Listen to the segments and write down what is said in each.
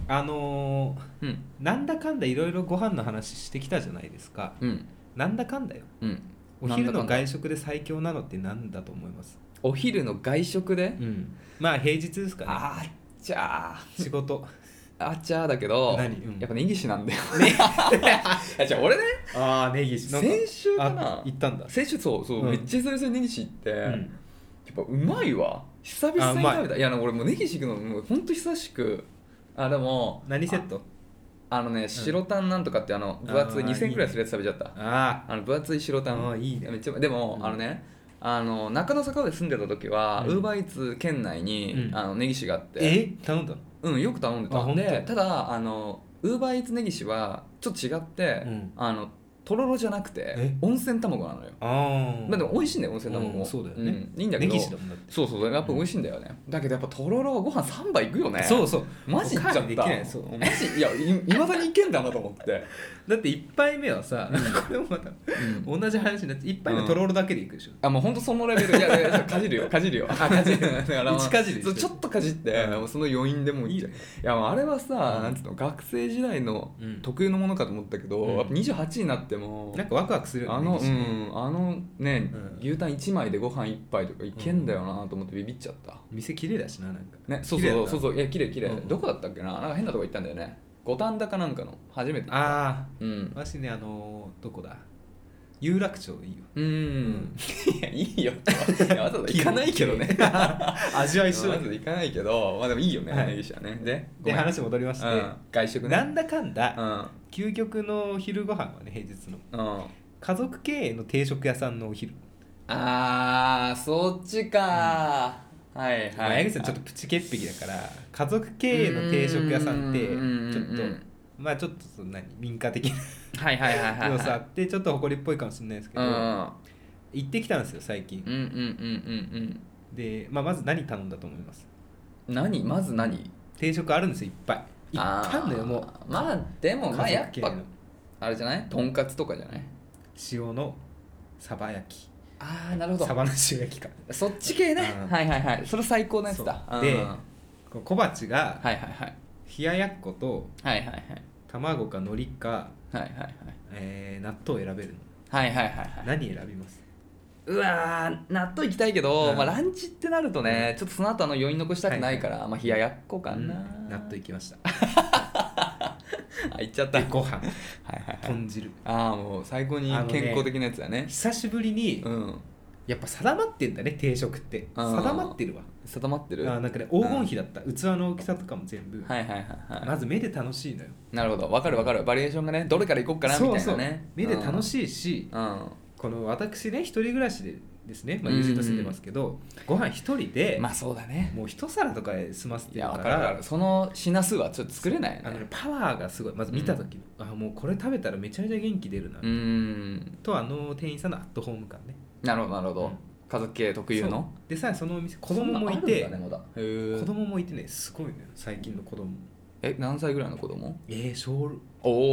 なんだかんだいろいろご飯の話してきたじゃないですか。なんだかんだよ。お昼の外食で最強なのって何だと思います？ お昼の外食で、 まあ平日ですかね。 あじゃあ仕事じゃあだけど、やっぱ根岸なんだよね。じゃあ俺ね、 根岸先週かな、 行ったんだ。 先週そう、めっちゃ久々に根岸行って、やっぱうまいわ。久々に食べた。いや俺もう根岸行くのもうほんと久しく。でも何セット？ 白タンなんとかって分厚い2000円くらいするやつ食べちゃった。分厚い白タン。 いいね。 めっちゃでも中野坂上で住んでた時はウーバーイーツ圏内に根岸があって。 頼んだ？ よく頼んでた。でただウーバーイーツ根岸はちょっと違って、とろろじゃなくて温泉卵なのよ。でも美味しいんだよ温泉卵も。 そうだよね。 いいんだけど。 根岸だもんだって。 そうやっぱ美味しいんだよね。だけどやっぱとろろご飯3杯いくよね。 そうマジいっちゃった。マジいやいまだにいけんだなと思って。 だって1杯目はさ、これもまた同じ話になって1杯目とろろだけでいくでしょ。 もうほんとそのレベル。いやかじるよ。かじるだから 1かじりちょっとかじってその余韻でもいっちゃう。いやあれはさ、なんつうの、学生時代の特有のものかと思ったけど、やっぱ28になってもなんかワクワクするよね。 ね、牛タン1枚でご飯1杯とかいけんだよなと思ってビビっちゃった。 店綺麗だしな、なんかね。そういや綺麗。どこだったっけな、なんか変なとこ行ったんだよね。五反田かなんかの初めて行った。 私ね、どこだ、有楽町いいよ。 いやいいよ。わざわざ行かないけどね。 味は一緒だけど行かないけど、でもいいよね、根岸はね。 で話戻りまして、 外食ね。 なんだかんだ究極の昼ご飯はね、平日の家族経営の定食屋さんのお昼。 そっちか。はいはい。 矢口さんちょっとプチ潔癖だから家族経営の定食屋さんってちょっとちょっと民家的な要素あってちょっと誇りっぽいかもしれないですけど、行ってきたんですよ最近。で、まず何頼んだと思います？ まず何？ 定食あるんですよ、いっぱいあるのよ。もうでもやっぱあれじゃない？とんかつとかじゃない？ 塩のサバ焼き。 なるほど。 サバの塩焼きか。 そっち系ね。はい。それ最高のやつだ。 で、小鉢が冷ややっこと卵か海苔か納豆を選べるの。何選びます？ うわー、納豆行きたいけど、ランチってなるとね、ちょっとその後余韻残したくないから、冷ややっこかな。 納豆行きました。 行っちゃった。 ご飯豚汁。 もう最高に健康的なやつだね。 久しぶりにやっぱ定まってんだね、定食って。定まってるわ。 定まってる。 なんかね、黄金比だった。器の大きさとかも全部まず目で楽しいのよ。 なるほど、わかる。バリエーションがね、どれから行こうかなみたいなね。 目で楽しいし、この私ね、一人暮らしでですね、友人と住んでますけど、ご飯一人でそうだね、 もう一皿とかで済ませてるから。 いや、わかる。その品数はちょっと作れないよね。 パワーがすごい。まず見た時もうこれ食べたらめちゃめちゃ元気出るなと、店員さんのアットホーム感ね。 なるほど。家族系特有のでさ、そのお店子供もいて、子供もいてね、すごいね、最近の子供。 何歳ぐらいの子供？ 小学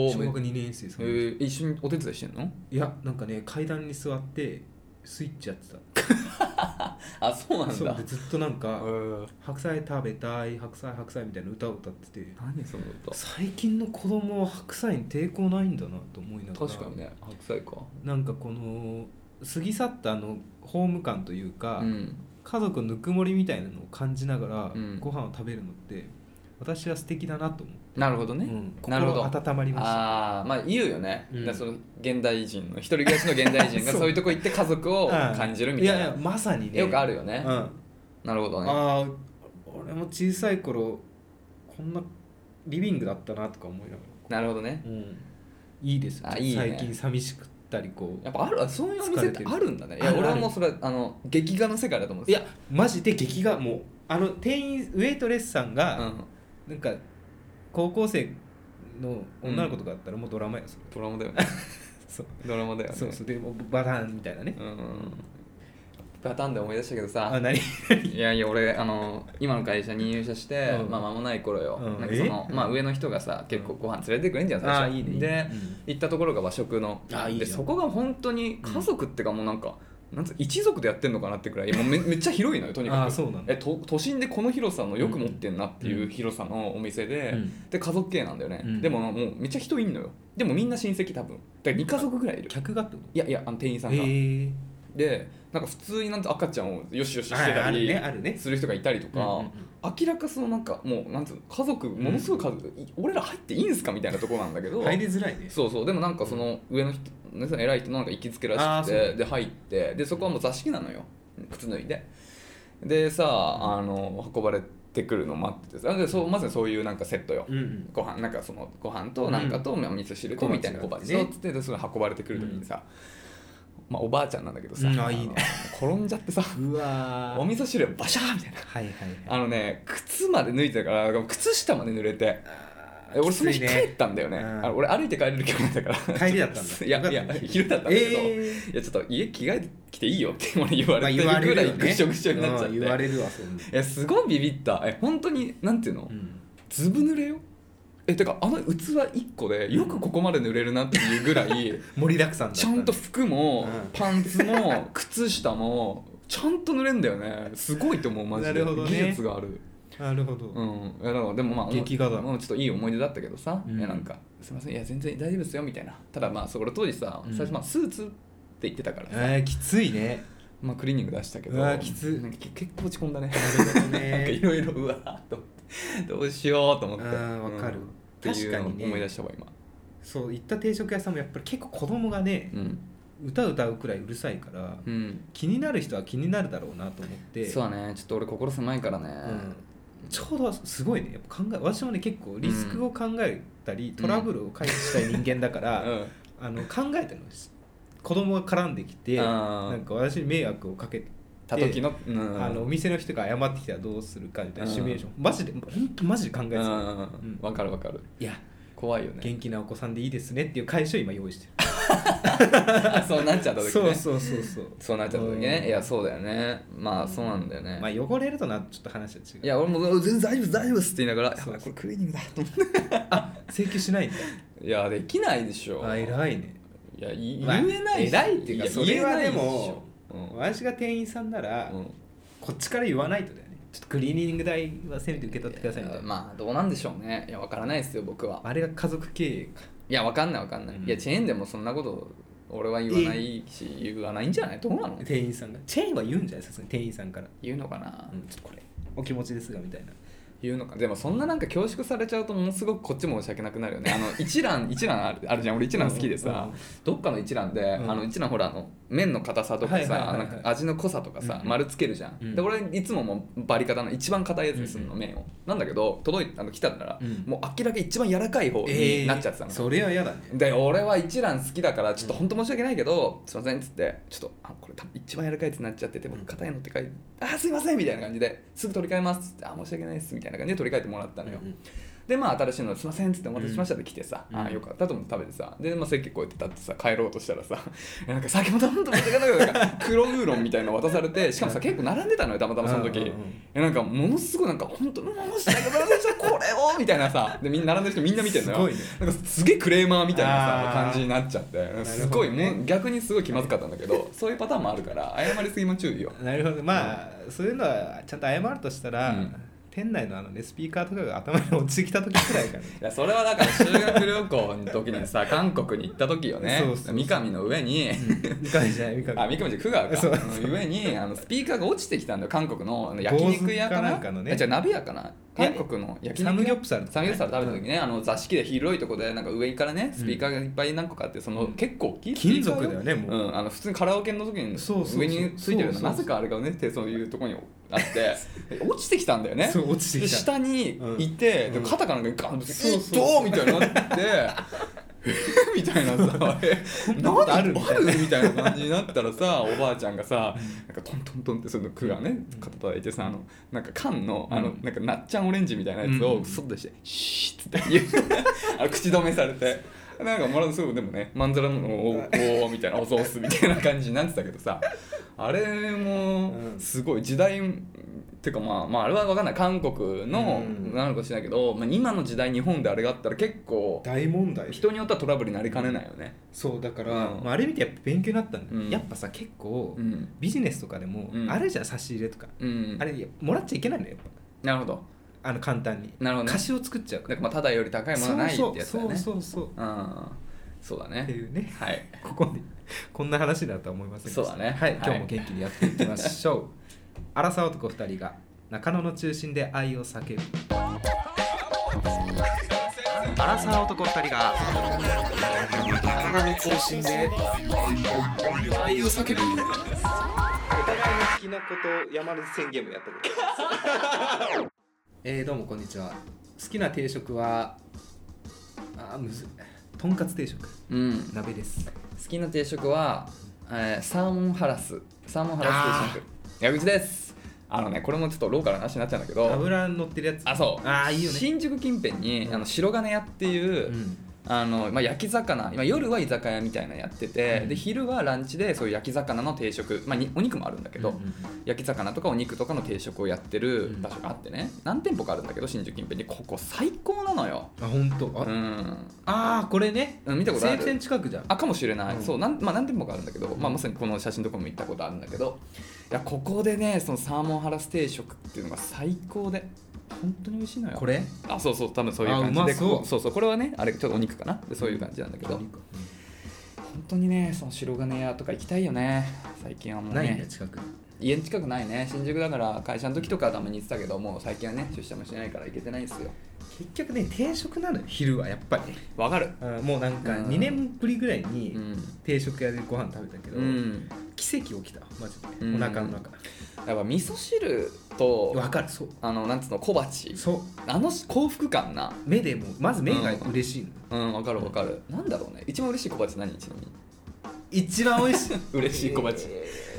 2年生。 一緒にお手伝いしてんの？ いや、なんかね、階段に座ってスイッチやってた。そうなんだ。 そうでずっとなんか白菜食べたい、白菜みたいな歌を歌ってて、 何その歌。 最近の子供は白菜に抵抗ないんだなと思いながら。 確かにね、白菜か。なんかこの過ぎ去ったホーム感というか、家族のぬくもりみたいなのを感じながらご飯を食べるのって私は素敵だなと思って。 なるほどね。 心温まりました。 言うよね。その現代人の一人暮らしの現代人がそういうとこ行って家族を感じるみたいな。 いやまさにね。 よくあるよね。なるほどね。 俺も小さい頃こんなリビングだったなとか思いながら。なるほどね。 いいですよ。最近寂しくやっぱある、そういうお店ってあるんだね。いや、俺はもうそれは劇画の世界だと思うんですよ。いやマジで劇画。もう店員ウェイトレスさんがなんか高校生の女の子とかだったらもうドラマや。 ドラマだよね。ドラマだよね。 そうでもバタンみたいなね。 パターンで思い出したけどさ。 何？ いや俺今の会社に入社して間もない頃よ。なんかその上の人がさ結構ご飯連れてくれんじゃん最初。で行ったところが和食ので、そこが本当に家族ってかもうなんかなんつ一族でやってんのかなってくらいもう めっちゃ広いのよとにかく。 そうなんだ。 都心でこの広さのよく持ってんなっていう広さのお店で、で家族系なんだよね、でももうめっちゃ人いんのよ。でもみんな親戚多分だから2家族ぐらいいる。 客がってこと？ いや店員さんが、でなんか普通になんて赤ちゃんをよしよししてたりする人がいたりとか、明らかそのなんかもうなんつうの家族ものすごい家族、俺ら入っていいんすかみたいなところなんだけど入りづらいね。 そうでもなんかその上の人偉い人のなんか行きつけらしくて、で入ってでそこはもう座敷なのよ、靴脱いでさ運ばれてくるの待っててさ、でまずそういうなんかセットよ、ご飯なんかそのご飯となんかと、味噌汁とみたいな小鉢とつってでそれ運ばれてくる時にさ、おばあちゃんなんだけどさ、いいね、転んじゃってさうわお味噌汁バシャーみたいな、靴まで脱いでたから靴下まで濡れて、俺その日帰ったんだよね、俺歩いて帰れる距離だから帰りだったんだ。 いや昼だったんだけど、いやちょっと家着替えてきていいよって言われてるぐらいぐしょぐしょになっちゃって、 言われるわ。そんな。 いやすごいビビった。本当になんていうの、ずぶ濡れよ。てか器1個でよくここまで濡れるなっていうぐらい盛りだくさんだった。 ちゃんと服も、パンツも靴下もちゃんと濡れんだよね。すごいと思うマジで。なるほどね、技術がある。 なるほど。 いやだからでも劇画だ。 もうちょっといい思い出だったけどさ、なんかすいません、いや全然大丈夫ですよみたいな。ただそれ当時さ、最初スーツって言ってたからさ、 きついね。 クリーニング出したけど、 きつなんか結構落ち込んだね。 なるほどね。 なんかいろいろうわーっとどうしようと思って。 わかる。 確かにね、思い出したわ今。 そういった定食屋さんもやっぱり結構子供がね、歌うくらいうるさいから、気になる人は気になるだろうなと思って。 そうだね、ちょっと俺心狭いからね、 ちょうどすごいね、やっぱ私もね結構リスクを考えたり、トラブルを回避したい人間だから、考えてるんです。子供が絡んできてなんか私に迷惑をかけてた時の、お店の人が謝ってきたらどうするかみたいなシミュレーション、マジで本当マジで考えてた。 わかる。いや怖いよね。 元気なお子さんでいいですねっていう返しを今用意してる。 そうなっちゃった時ね。 そうなっちゃった時ね。いやそうだよね。そうなんだよね。 汚れるとなちょっと話は違う。 いや俺も全然大丈夫ですって言いながら、これクリーニングだと思って。 請求しないんだ。 いやできないでしょ。 偉いね。 いや言えないし。 偉いっていうかそれはでも私が店員さんならこっちから言わないとだよね。ちょっとクリーニング代はせめて受け取ってくださいみたいな。 どうなんでしょうね。いや分からないですよ僕は。 あれが家族経営か。 いや分かんない。いやチェーンでもそんなこと俺は言わないし言わないんじゃない？どうなの？ 店員さんがチェーンは言うんじゃない？さすがに店員さんから言うのかな。 ちょっとこれお気持ちですがみたいな。 言うのか。でもそんななんか恐縮されちゃうとものすごくこっちも申し訳なくなるよね。一蘭あるじゃん。俺一蘭好きでさ、どっかの一蘭で、一蘭ほら麺の硬さとかさ、なんか味の濃さとかさ、丸つけるじゃん。で俺いつももうバリカタの一番硬いやつにするの、麺を。なんだけど来たら、もう明らか一番柔らかい方になっちゃってたの。 それは嫌だね。 で俺は一蘭好きだからちょっと本当申し訳ないけど、すいませんっつってちょっとこれ多分一番柔らかいやつになっちゃってて、僕硬いのって書いて、すいませんみたいな感じですぐ取り替えますっつって、申し訳ないですみたいな感じで取り替えてもらったのよ。で新しいのすいませんっつってお待たせしましたって来てさ、よかったと思って食べてさ、で席こうやって立ってさ帰ろうとしたらさ、なんか先ほど本当申し訳ないけど黒ウーロンみたいなの渡されて、しかもさ結構並んでたのよたまたまその時。なんかものすごいなんか本当申し訳ないこれをみたいなさ、でみんな並んでる人みんな見てんのよ。なんかすげえクレーマーみたいなさ感じになっちゃって、すごいもう逆にすごい気まずかったんだけど、そういうパターンもあるから謝りすぎも注意よ。 なるほど。そういうのはちゃんと謝るとしたら、店内のスピーカーとかが頭に落ちてきた時くらいかな。 いやそれはだから修学旅行の時にさ韓国に行った時よね。三上の上に三上じゃない三上じゃ久川か上にスピーカーが落ちてきたんだよ。韓国の焼肉屋かな。じゃあ鍋屋かな。韓国の焼肉屋サムギョプサル食べた時ね、座敷で広いとこでなんか上からねスピーカーがいっぱい何個かあって、その結構大きい金属だよね。もう普通にカラオケの時に上についてるの、なぜかあれがねってそういうところにあって落ちてきたんだよね。 落ちてきた。 下にいて肩かなんかにガンとドーみたいになってみたいなさ、何あるみたいな感じになったらさ、おばあちゃんがさ、なんかトントントンってその句がね肩叩いてさ、なんか缶のなんかなっちゃんオレンジみたいなやつをそっとしてシーッつって口止めされて、 なんかまだそうでもねまんざらのおみたいなおソースみたいな感じになってたけどさあれもすごい時代っていうかまああれは分かんない韓国のなのかもしれないけど、まあ、今の時代日本であれがあったら結構大問題人によってはトラブルになりかねないよね。 そうだから、まあ、あれ見てやっぱ勉強になったんだよ、やっぱさ結構、ビジネスとかでもあるじゃん差し入れとか、あれもらっちゃいけないんだよやっぱ。 なるほど簡単になるほど、ね、 菓子を作っちゃうからまあただより高いものはないってやつだよね。 そうそうだねっていうね、 はい、 ここでこんな話だとは思いませんでした。 そうだね、 はい、今日も元気にやっていきましょう。アラサー男2人が中野の中心で愛を叫ぶ。アラサー男2人が中野の中心で愛を叫ぶ。お互いの好きなこと山根宣言もやったことですどうもこんにちは。好きな定食はむずいとんかつ定食、鍋です。 好きな定食は、サーモンハラス定食矢口です。これもちょっとローカルな話になっちゃうんだけど油乗ってるやつ。 そういいよね。 新宿近辺に白金屋っていう、焼き魚今夜は居酒屋みたいなのやってて、で昼はランチでそういう焼き魚の定食、お肉もあるんだけど、焼き魚とかお肉とかの定食をやってる場所があってね、何店舗かあるんだけど新宿近辺にここ最高なのよ。 本当。これね、 見たことある。 西武線近くじゃん。 かもしれない。そう何店舗かあるんだけど、まさにこの写真とかも行ったことあるんだけど、いやここでねそのサーモンハラス定食っていうのが最高で本当に美味しいのよ。 これそう多分そういう感じで、 そうこれはねあれちょっとお肉かなでそういう感じなんだけど、本当にねその白金屋とか行きたいよね最近はもうね。 ないんだ近く。 家の近くないね。新宿だから会社の時とかはたまに行ってたけどもう最近はね出社もしてないから行けてないんですよ。 結局ね定食なのよ昼はやっぱり。 わかる。 もうなんか2年ぶりぐらいに定食屋でご飯食べたけど、奇跡起きたマジで、お腹の中。 やっぱ味噌汁とわかる。そうなんつうの小鉢、 そう幸福感な。 目でもまず目が嬉しいの。わかる。なんだろうね一番嬉しい小鉢何？ちなみに一番美味しい嬉しい小鉢、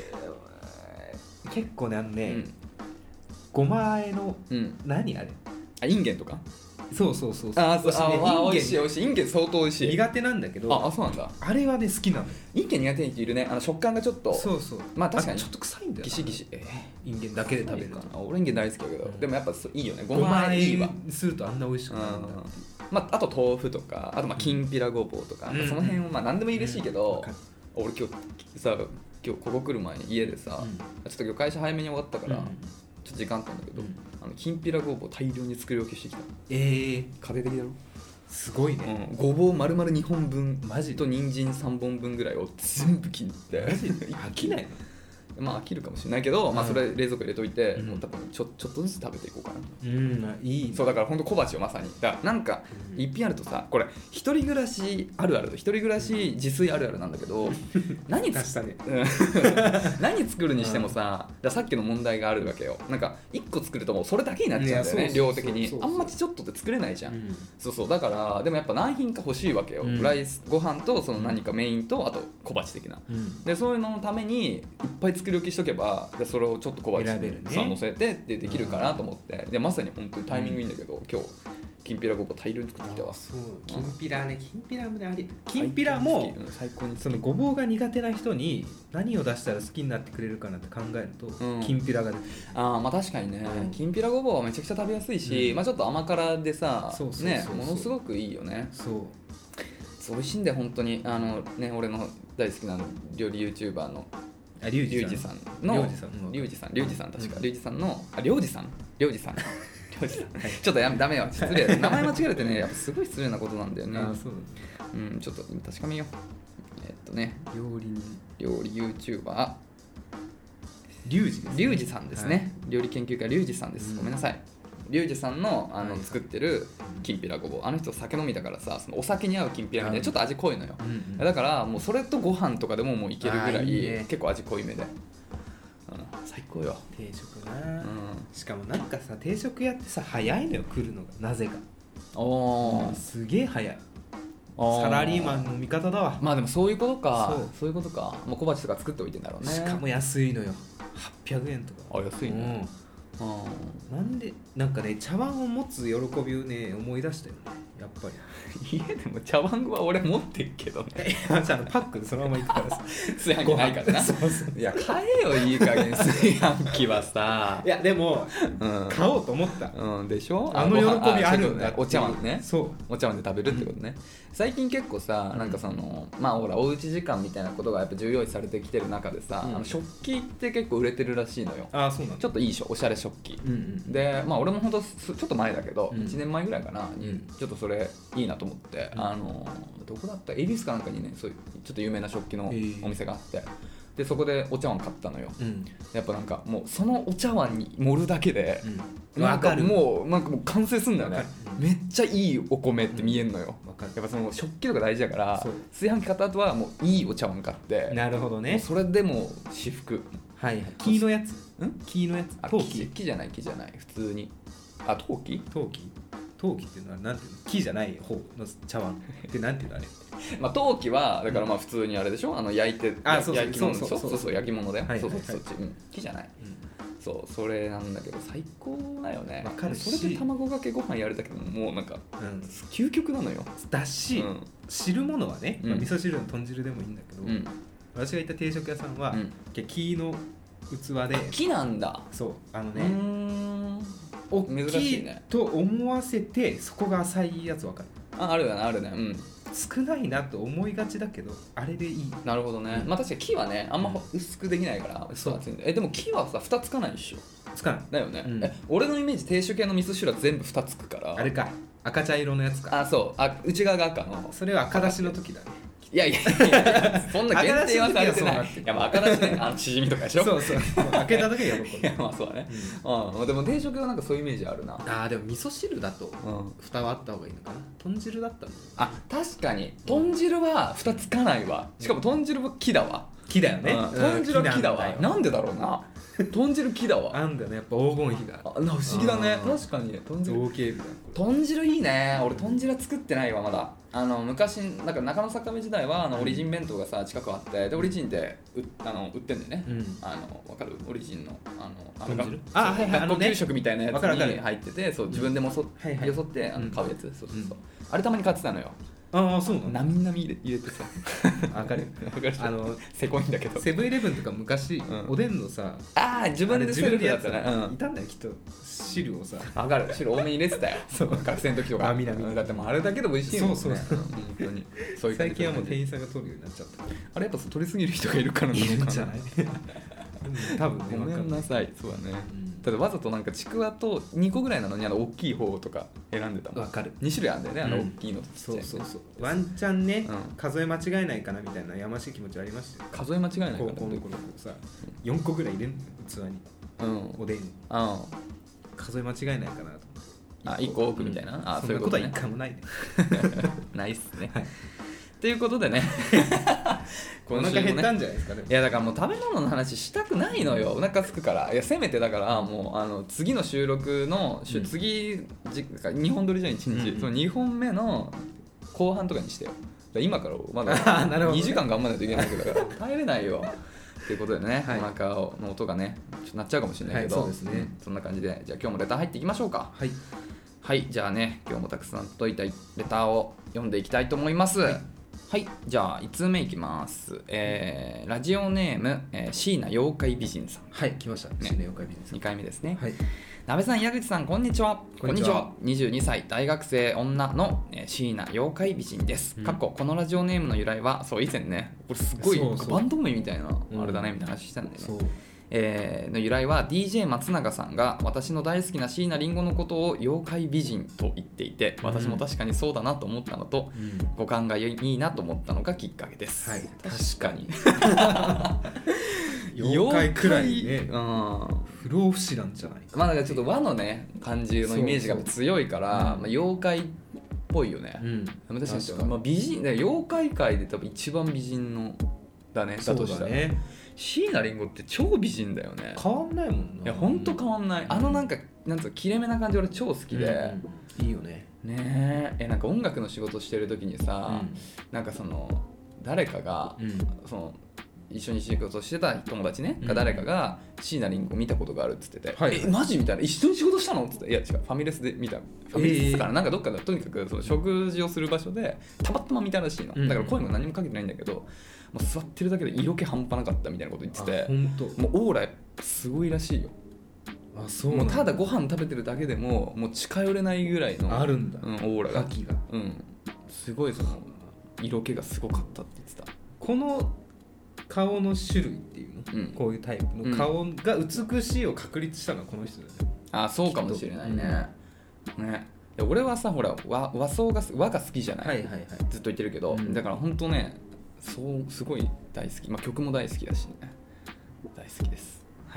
結構ねごま和えの、何あれインゲンとか。 そう美味しいインゲン相当美味しい。 苦手なんだけどそうなんだ。 あれはね好きなの。 インゲン苦手な人いるね。食感がちょっとそう確かにちょっと臭いんだよ。 ギシギシインゲンだけで食べるかな。俺インゲン大好きだけど、でもやっぱいいよね。 ごま和えするとあんな美味しくなるんだ。 あと豆腐とかあときんぴらごぼうとか、その辺は何でもいいらしいけど、俺今日ここ来る前に家でさ、ちょっと今日会社早めに終わったから、ちょっと時間あったんだけど、きんぴらごぼう大量に作り置きしてきた。家庭的だろ。 すごいね。 ごぼう丸々2本分マジと人参3本分ぐらいを全部切って飽きないの？ 飽きるかもしれないけど、それ冷蔵庫入れといて、もう多分ちょっとずつ食べていこうかな。 いい。 そうだから本当小鉢よまさに。だからなんか一品あるとさ、これ一人暮らしあるある一人暮らし自炊あるあるなんだけど何作るにしてもさっきの問題があるわけよ。なんか1個作るともうそれだけになっちゃうんだよね。量的にあんまちょっとで作れないじゃん。だからでもやっぱ何品か欲しいわけよ。ライスご飯とその何かメインとあと小鉢的な、でそういうののためにいっぱい作り置きしとけばでそれをちょっと小鉢に乗せてできるかなと思って、でまさに本当にタイミングいいんだけど、今日きんぴらごぼう大量に作ってきたわ。 きんぴらもねきんぴらも最高にそのごぼうが苦手な人に何を出したら好きになってくれるかなって考えると、きんぴらが出てくる。 確かにね、きんぴらごぼうはめちゃくちゃ食べやすいし、ちょっと甘辛でさものすごくいいよね。そう美味しいんだよ本当に。俺の大好きな料理 YouTuber のリュウジさんのリュウジさんのリョウジさんちょっとダメよ失礼名前間違えてねやっぱすごい失礼なことなんだよね。ちょっと確かめよう。料理 YouTuber リュウジさんですね。料理研究家リュウジさんです。ごめんなさい。リュウジさんの作ってるきんぴらごぼう、あの人酒飲みだからさ、そのお酒に合うきんぴらみたいなちょっと味濃いのよ。だからもうそれとご飯とかでももういけるぐらい結構味濃いめで、最高よ定食な。しかもなんかさ定食屋ってさ早いのよ来るのがなぜか。すげえ早い。サラリーマンの味方だわ。 でもそういうことか。そういうことか。もう小鉢とか作っておいてんだろうね。 しかも安いのよ。800円とか。 安いね。 なんでなんかね茶碗を持つ喜びをね思い出したよね。 やっぱり家でも茶碗は俺持ってるけどねパックでそのまま行くからさ炊飯器ないからなそういや買えよいい加減炊飯器はさいやでも、買おうと思った、 でしょ喜びあるんだお茶碗ねそうお茶碗で食べるってことね、最近結構さなんかそのまあほらおうち時間みたいなことがやっぱ重要視されてきてる中でさ、食器って結構売れてるらしいのよ。 あ、そうなんだ。 ちょっといいおしゃれ食器、でまあ俺もほんとちょっと前だけど、1年前ぐらいかなにちょっとそれいいなと思って、どこだった恵比寿かなんかにねそういうちょっと有名な食器のお店があって、でそこでお茶碗買ったのよ、やっぱなんかもうそのお茶碗に盛るだけで、なんかもう完成すんだよね、めっちゃいいお米って見えんのよ、やっぱその食器とか大事だから炊飯器買った後はもういいお茶碗買って、 なるほどね、 それでもう至福。 はいはい、木のやつ木のやつ陶器木じゃない普通に陶器っていうのはなんていうの、木じゃない方の茶碗ってなんていうのあれまあ陶器はだからまあ普通にあれでしょ、焼いて焼き物でしょ、そう焼き物だよ、そうそっち木じゃない、そうそれなんだけど最高だよね。分かるし、それで卵かけご飯やるだけでももうなんか究極なのよ。 だし、汁物はね、味噌汁の豚汁でもいいんだけど、私が行った定食屋さんは木の器で、 木なんだ。 そう大きいと思わせてそこが浅いやつ分かる。 あるよねあるね、 少ないなと思いがちだけどあれでいい。 なるほどね、まあ確かに木はねあんま薄くできないからそう厚いんで。でも木はさ蓋つかないでしょ。 つかないだよね、俺のイメージ定食屋の味噌汁は全部蓋つくから。 あれか赤茶色のやつか。 そう内側が赤の。 それは赤だしの時だね。 いやそんな限定はされてない。いやまあ赤だしねしじみとかでしょ。そう開けた時は喜ぶ。 いやまあそうだね、でも定食はなんかそういうイメージあるな。 でも味噌汁だと蓋はあった方がいいのかな。豚汁だったの。 確かに豚汁は蓋つかないわ。しかも豚汁は木だわ。 木だよね。 豚汁は木だわ。なんでだろうな。豚汁木だわ。 なんだよね、やっぱ黄金比が不思議だね。確かに豚汁いいね。俺豚汁は作ってないわまだ。昔なんか中野坂上時代はオリジン弁当がさ近くあって、でオリジンで売ってんだよね、わかる？オリジンの学校給食みたいなやつに入ってて、そう自分でもよそって買うやつ、そうあれたまに買ってたのよ。 そうなの。 なみなみ入れてさわかるせこいんだけど、 セブンイレブンとか昔おでんのさ自分でセルフだったね。 いたんだよきっと汁をさ。 わかる、汁多めに入れてたよ学生の時とか。だってもうあれだけで美味しいもんね。そう本当に最近はもう店員さんが取るようになっちゃった。 あれやっぱ取りすぎる人がいるからいるんじゃない多分ね。 ごめんなさい。そうだね。ただわざとなんかちくわと2個ぐらいなのに大きい方とか選んでたもん。 わかる。 2種類あるんだよね、大きいのとちっちゃい。そうワンチャンね、数え間違えないかなみたいなやましい気持ちありましたよ。 数え間違えないかな。 高校の頃さ4個ぐらい入れんの器に、おでん数え間違えないかなと思って。 1個多くみたいな。 そういうことは1回もないね。 ないっすね。ということでねお腹減ったんじゃないですかね。 いやだからもう食べ物の話したくないのよ。お腹すくから。いやせめてだからもう次の収録の次2本撮りじゃん1日、その2本目の後半とかにしてよ。今からまだ2時間頑張らないといけないけどだから耐えれないよということでね、お腹の音がねちょっと鳴っちゃうかもしれないけど、 そうですね。 そんな感じでじゃあ今日もレター入っていきましょうか。はい、じゃあね今日もたくさん届いたレターを読んでいきたいと思います。はい、じゃあ1通目いきます。ラジオネーム、椎名妖怪美人さん。 はい、来ました。椎名妖怪美人さん。 2回目ですね。 はい。 なべさん、矢口さん、こんにちは。こんにちは。22歳大学生女の椎名妖怪美人です。このラジオネームの由来は、そう以前ね、これすごいバンド名みたいなあれだねみたいな話したんだよね。の由来は DJ 松永さんが私の大好きな椎名林檎のことを妖怪美人と言っていて、私も確かにそうだなと思ったのと、五感がいいなと思ったのがきっかけです。確かに妖怪くらいね、不老不死なんじゃないか。 まあだからちょっと和のね感じのイメージが強いから、妖怪っぽいよね。確かに美人妖怪界で多分一番美人のだね。だとしたら椎名林檎って超美人だよね。 変わんないもんな。 いやほんと変わんない。なんかなんつう切れ目な感じ俺超好きで、 いいよね。 なんか音楽の仕事してる時にさ、なんかその誰かが、その一緒に仕事してた友達ね、が誰かが椎名林檎見たことがあるっつってて、 はい、 マジみたいな、一緒に仕事したのっつって、いや違う、ファミレスで見た、ファミレスからなんかどっかでとにかくその食事をする場所でたまたま見たらしいの、だから声も何もかけてないんだけど、もう座ってるだけで色気半端なかったみたいなこと言ってて、もうオーラすごいらしいよ。 あ、そうもうただご飯食べてるだけでももう近寄れないぐらいのあるんだ、 オーラが、すごいその色気がすごかったって言ってた。 この顔の種類っていうの、こういうタイプの顔が美しいを確立したのはこの人だよね。 あ、そうかもしれないね。ね、俺はさ、ほら和装が和が好きじゃない、ずっと言ってるけど、だから本当ね、そうすごい大好き、まあ、曲も大好きだしね、大好きです。はい、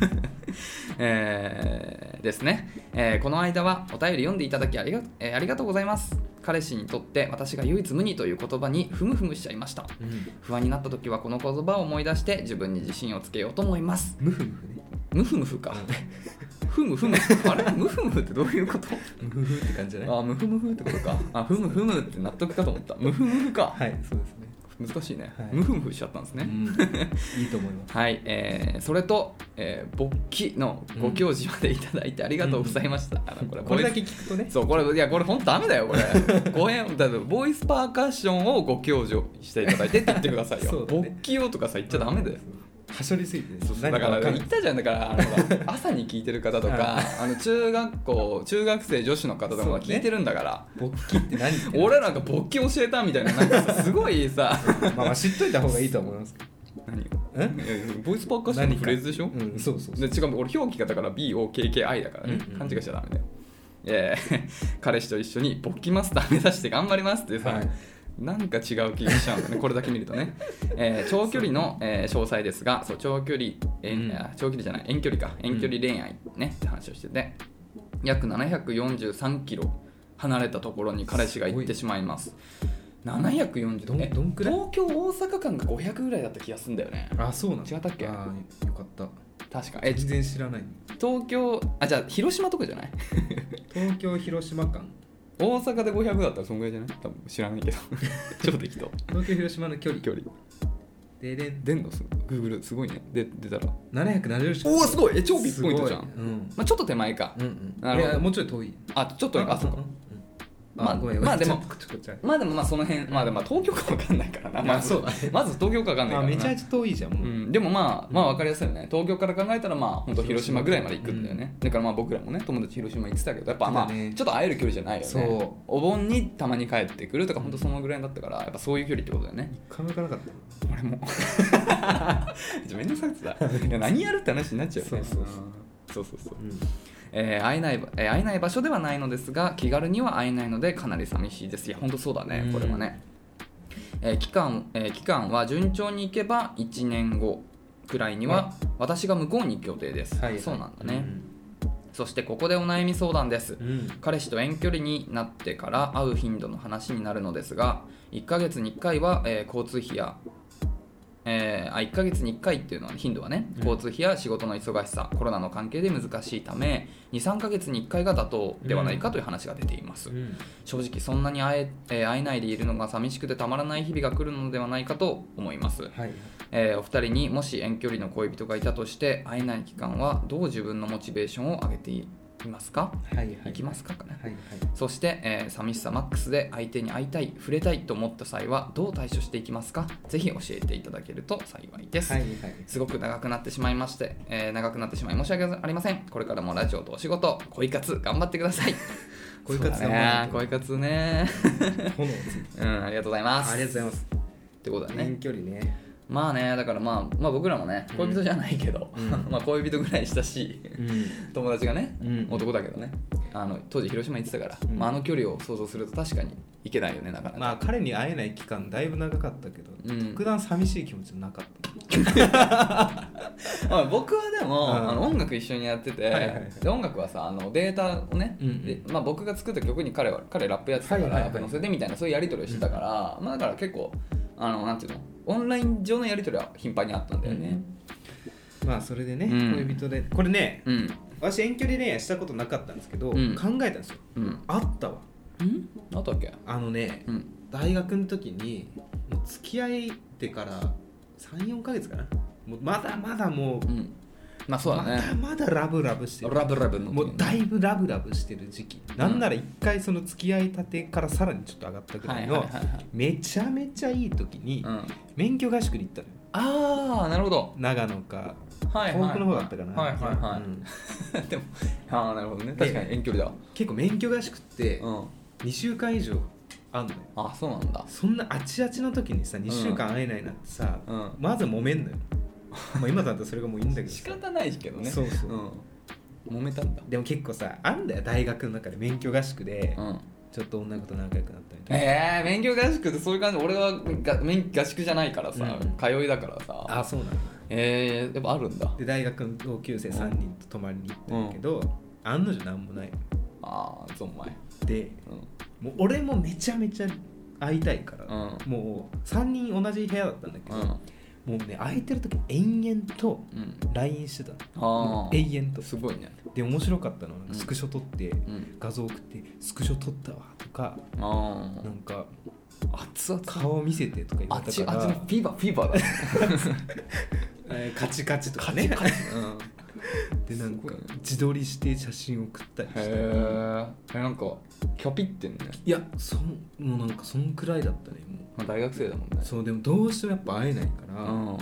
ですね、この間はお便り読んでいただきありがとうございます。彼氏にとって私が唯一無二という言葉にふむふむしちゃいました、不安になった時はこの言葉を思い出して自分に自信をつけようと思います。 ムフムフね、 ムフムフか、ふむふむ、あれムフムフってどういうこと？ ムフフって感じじゃない？ あ、ムフムフってことか。あ、ふむふむって納得かと思った。ムフムフか。 はい、そうですね。 難しいね、ムフムフしちゃったんですね、 いいと思います。 はい、それと、勃起のご教示までいただいてありがとうございました、 これだけ聞くとね、 そう、これいや、これ本当ダメだよ、これご縁だとボイスパーカッションをご教授していただいてって言ってくださいよ、勃起をとかさ言っちゃダメだよ、 はしょりすぎて、 だから言ったじゃん、だから朝に聞いてる方とか中学生女子の方とかが聞いてるんだから、 勃起って何って俺なんか勃起教えたみたいな、なんかさすごいさまあ知っといた方がいいと思いますけど。 何ボイスパーカッションのフレーズでしょ。 そうそうで、違う、俺表記がだから BOKKI だからね、勘違いしちゃダメだよ。彼氏と一緒に勃起マスター目指して頑張りますってさ、なんか違う気がしちゃうんだね、これだけ見るとね。長距離の、詳細ですが、そう、長距離じゃない、遠距離か、遠距離恋愛ねって話をしてて、約743キロ離れたところに彼氏が行ってしまいます。740度、 どんくらい？ 東京大阪間が500ぐらいだった気がするんだよね。 あ、そうなの？ 違ったっけ？ あ、よかった。 確か。 全然知らない。 東京、じゃあ広島とかじゃない？ 東京広島間。 大阪で500だったらそんぐらいじゃない？多分知らないけど超適当。 東京広島の距離で出んのGoogle すごいね。出たら 770しか。 おお、すごい。超ピンポイントじゃん。まあちょっと手前か。 いや、もうちょい遠い。 あ、ちょっとあ、そっか。まあでもまあその辺、まあでも東京か分かんないからな。まず東京か分かんないからな。 めちゃめちゃ遠いじゃん。 でもまあ分かりやすいよね。東京から考えたらまあ本当広島ぐらいまで行くんだよね。だからまあ僕らもね、友達広島行ってたけど、やっぱまあちょっと会える距離じゃないよね。お盆にたまに帰ってくるとか、本当そのぐらいだったから、やっぱそういう距離ってことだよね。 一回も行かなかった。 俺もめんどくさくてさ、何やるって話になっちゃうよね。そう会えない場所ではないのですが、気軽には会えないのでかなり寂しいです。いや本当そうだね、これはね。期間は順調にいけば1年後くらいには私が向こうに行く予定です。そうなんだね。そしてここでお悩み相談です。彼氏と遠距離になってから会う頻度の話になるのですが、1ヶ月に1回は、交通費や1ヶ月に1回っていうのは頻度はね、交通費や仕事の忙しさ、コロナの関係で難しいため 2,3 ヶ月に1回が妥当ではないかという話が出ています。正直そんなに会えないでいるのが寂しくてたまらない日々が来るのではないかと思います。お二人にもし遠距離の恋人がいたとして会えない期間はどう自分のモチベーションを上げていますか？いきますかね。そして、寂しさマックスで相手に会いたい、触れたいと思った際はどう対処していきますか？ぜひ教えていただけると幸いです。すごく長くなってしまい申し訳ありません。これからもラジオとお仕事、恋活頑張ってください。恋活ねありがとうございます。ってことだね。 遠距離ね。 まあね、だからまあ僕らもね、恋人じゃないけど、まあ恋人ぐらい親しい友達がね、男だけどね、当時広島行ってたから、まあ、あの距離を想像すると確かに行けないよね、なかなか。 まあ彼に会えない期間だいぶ長かったけど、特段寂しい気持ちなかった。 僕はでも、音楽一緒にやってて、で音楽はさ、データをね、まあ、僕が作った曲に彼ラップやってたからラップ載せてみたいな、そういうやり取りをしてたから、まあだから結構なんていうの、オンライン上のやり取りは頻繁にあったんだよね。 まあそれでね、恋人でこれね、私遠距離恋愛したことなかったんですけど、考えたんですよ。あったわ。 あったっけ？ 大学の時にもう付き合いてから 3,4 ヶ月かな。もうまだまだもう、 まあそうだね、 まだラブラブしてる。 ラブラブのもうだいぶラブラブしてる時期、なんなら一回その付き合いたてからさらにちょっと上がったぐらいのめちゃめちゃいい時に免許合宿に行ったのよ。 ああなるほど。 長野か東北の方だったかな。 はいはいはい、でもああなるほどね、確かに遠距離だ。 結構免許合宿って2週間以上あんのよ。 あそうなんだ。 そんなあちあちの時にさ2週間会えないなんてさ、まず揉めんのよ。まあ今だったらそれがもういいんだけど仕方ないけどね。 そうそう、 揉めたんだ。 でも結構さあんだよ大学の中で免許合宿で、ちょっと女の子と仲良くなったみたいな。 免許合宿ってそういう感じ。俺は合宿じゃないからさ、通いだからさ。 あそうなの。 やっぱあるんだ。 で大学の同級生3人と泊まりに行ったんだけど、案の定なんもない。 ああそう前で、もう俺もめちゃめちゃ会いたいから、もう3人同じ部屋だったんだけど、もうね空いてる時延々と LINE してたの、永遠と。 すごいね。 で面白かったのはスクショ撮って、画像送ってスクショ撮ったわとか、なんか熱々 顔見せてとか言ってたから、 あっちのフィーバーだカチカチとかね。でなんか自撮りして写真送ったりして、 なんかキャピってんね。 いやもうなんかそんくらいだったね。もう、 まあ、大学生だもんね。 そうでもどうしてもやっぱ会えないから、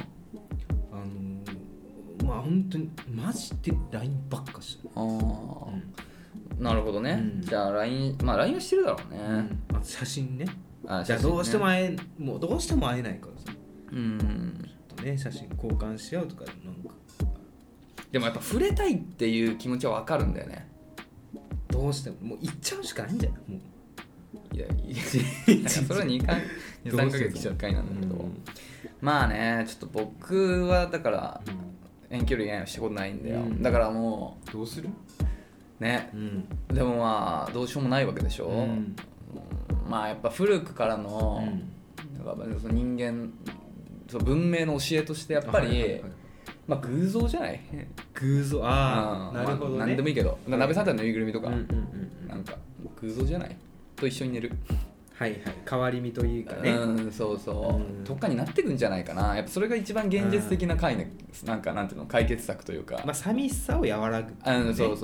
まあ本当にマジで LINE ばっかしてる。 なるほどね、じゃあ LINE まあ LINE はしてるだろうね、 写真ね。 じゃあどうしてももうどうしても会えないからさ、ちょっとね写真交換し合うとかなんか。 でもやっぱ触れたいっていう気持ちは分かるんだよね。 どうしてももう行っちゃうしかないんじゃない。もういやそれは2、3ヶ月に1回なんだけど、まあねちょっと僕はだから遠距離恋愛をしたことないんだよ、だからもうどうするね、でもまあどうしようもないわけでしょ、まあやっぱ古くからの、その人間その文明の教えとしてやっぱり、まあ偶像じゃない。 偶像、なるほどね。 何でもいいけど、鍋さんたちのぬいぐるみとか、なんか偶像じゃないと一緒に寝る。 はいはい、変わり身というかね。 そうそう。とかになってくんじゃないかな。やっぱそれが一番現実的ななんかなんていうの解決策というか。 まあ寂しさを和らぐ。 そう。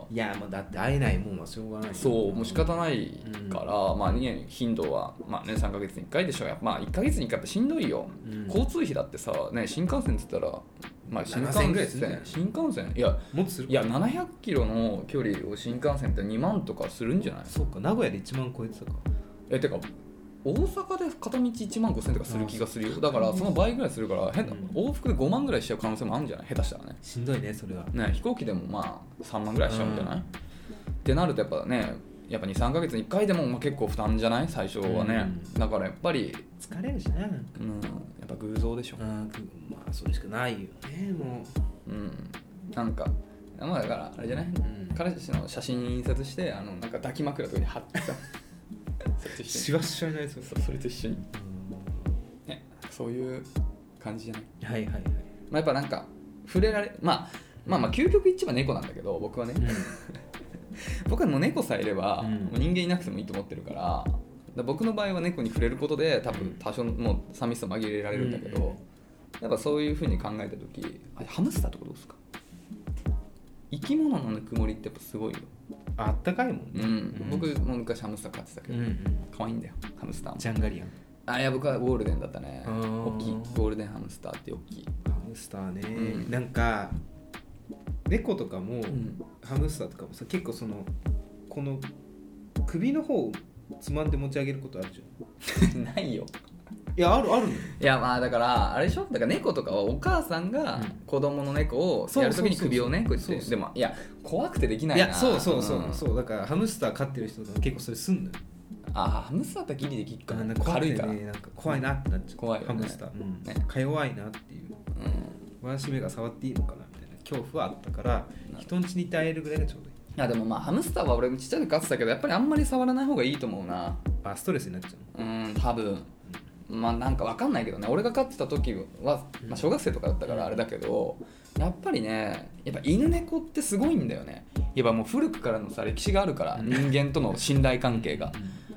いやもうだって会えないもんはしょうがない。 そうもう仕方ないから、まあね頻度はまあね3ヶ月に1回でしょ。まあ1ヶ月に1回ってしんどいよ。交通費だってさね新幹線っつったら。まあ、新幹線いやもっとするいや700キロの距離を新幹線って2万とかするんじゃない。 そうか名古屋で1万超えてたか。 てか大阪で片道1万5000とかする気がするよ。だからその倍ぐらいするから往復で5万ぐらいしちゃう可能性もあるんじゃない。下手したらねしんどいねそれはね。飛行機でもまあ3万ぐらいしちゃうんじゃない、ってなるとやっぱねやっぱ 2,3 ヶ月に1回でもまあ結構負担じゃない最初はね、だからやっぱり疲れるしな、やっぱ偶像でしょ。 まあそれしかないよねもう。なんかまあだからあれじゃない、彼氏の写真印刷してなんか抱き枕とかに貼ってさシワシワになりそう。 それと一緒に、ね、そういう感じじゃない。 はい。 まあ、やっぱなんか触れられまあ究極一番猫なんだけど僕はね、僕はもう猫さえいれば、もう人間いなくてもいいと思ってるから僕の場合は猫に触れることで多分多少もう寂しさ紛れられるんだけど、やっぱそういう風に考えた時ハムスターとかどうですか。生き物のぬくもりってやっぱすごいよ。 あったかいもんね、 僕も昔ハムスター飼ってたけど、可愛いんだよハムスターも。 ジャンガリアン。 いや僕はゴールデンだったね。大きいゴールデンハムスターって大きいハムスターね、なんか猫とかも、ハムスターとかもさ結構この首の方をつまんで持ち上げることあるじゃんないよ。 いやあるの。いやまあだからあれでしょ。だから猫とかはお母さんが子供の猫をやるときに首をねこうやってでもいや怖くてできないな。 いやそうだからハムスター飼ってる人とか結構それすんのよ。 ハムスターってギリできっか軽いからなんか怖いなってなっちゃう。 怖いよねハムスター、か弱いなっていう、ワンシメが触っていいのかなみたいな恐怖はあったから人ん家にいて会えるぐらいがちょうどいい。 いやでもまあハムスターは俺もちっちゃい時飼ってたけどやっぱりあんまり触らない方がいいと思うな。 ストレスになっちゃう。 多分まあなんか分かんないけどね。俺が飼ってた時は、小学生とかだったからあれだけど、やっぱりねやっぱ犬猫ってすごいんだよね。やっぱもう古くからのさ歴史があるから人間との信頼関係が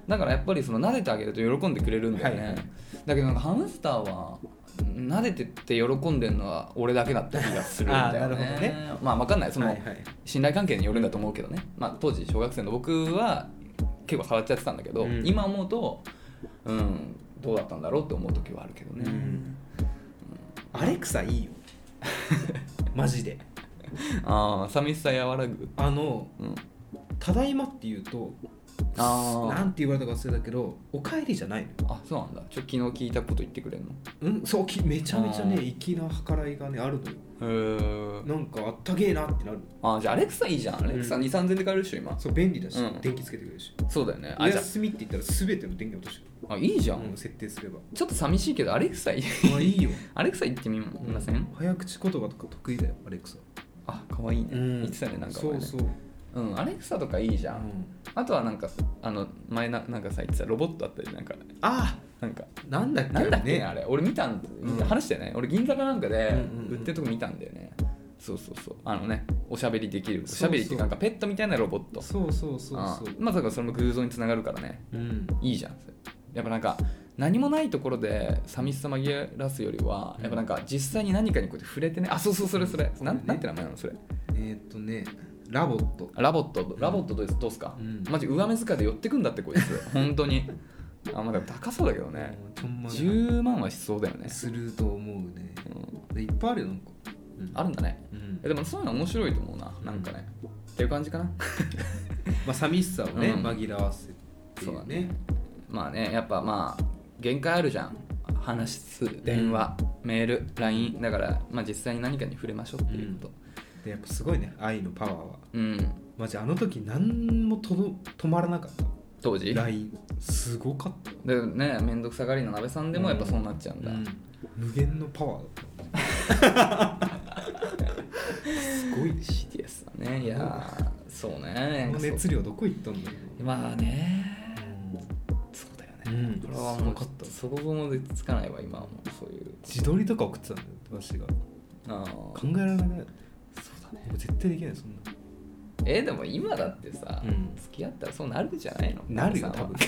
だからやっぱりその撫でてあげると喜んでくれるんだよね、 はいはい、 だけどなんかハムスターは撫でてって喜んでるのは俺だけだった気がするんだよね。 なるほどね。 まあ分かんない、その、 はいはい、 信頼関係によるんだと思うけどね、まあ、当時小学生の僕は結構触っちゃってたんだけど、今思うと、どうだったんだろうって思う時はあるけどね、 アレクサいいよマジで。 ああ、寂しさ和らぐ。 ただいまって言うと、なんて言われたか忘れたけど、おかえりじゃないの。 あ、そうなんだ。昨日聞いたこと言ってくれんの？ そう、めちゃめちゃね、粋な計らいがねあるのよ。なんかあったげえなってなる。 じゃあアレクサいいじゃん。アレクサ2、3000円で買えるでしょ今。 そう便利だし、電気つけてくれるし。 そうだよね。 お休みって言ったら全ての電気落としてくる。いいじゃん、 設定すれば。 ちょっと寂しいけどアレクサいい。 いいよ。 アレクサ言ってみません？ 早口言葉とか得意だよアレクサ。 かわいいね、言ってたね、なんか前ね。そうアレクサとかいいじゃん、あとはなんか前なんかさ言ってたロボットあったりなんかなんだっけねあれ俺見た話してね、俺銀座かなんかで売ってるとこ見たんだよね。そうおしゃべりできる、おしゃべりっていうかなんかペットみたいなロボット。そうまさかそれも偶像につながるからね、いいじゃん。やっぱなんか何もないところで寂しさ紛らすよりはやっぱなんか実際に何かにこうやって触れてね、それなんて名前なのそれ。ラボットどうすか、マジ上目遣いで寄ってくんだってこいつ本当に。まだ高そうだけどね、10万はしそうだよね。 すると思うね、いっぱいあるよなんか、 あるんだね、でもそういうの面白いと思うな、なんかね、っていう感じかな。 寂しさをね、紛らわせっていうね。 まあね、やっぱ限界あるじゃん、話す電話、メール、LINE だから、実際に何かに触れましょうっていうこと、 でやっぱすごいね、愛のパワーは。マジあの時何も止まらなかった。当時 LINE すごかったでね。めんどくさがりの鍋さんでもやっぱそうなっちゃうんだ、 無限のパワーだったすごいシティアスだね。いやそうね、 この熱量どこ行ったんだろう。 まあね、そうだよね、これはもうそこもつかないわ今は。もうそういう自撮りとか送ってたんだよ私が。考えられない。そうだね、絶対できないそんな。 でも今だってさ、付き合ったらそうなるじゃないの。 なるよ多分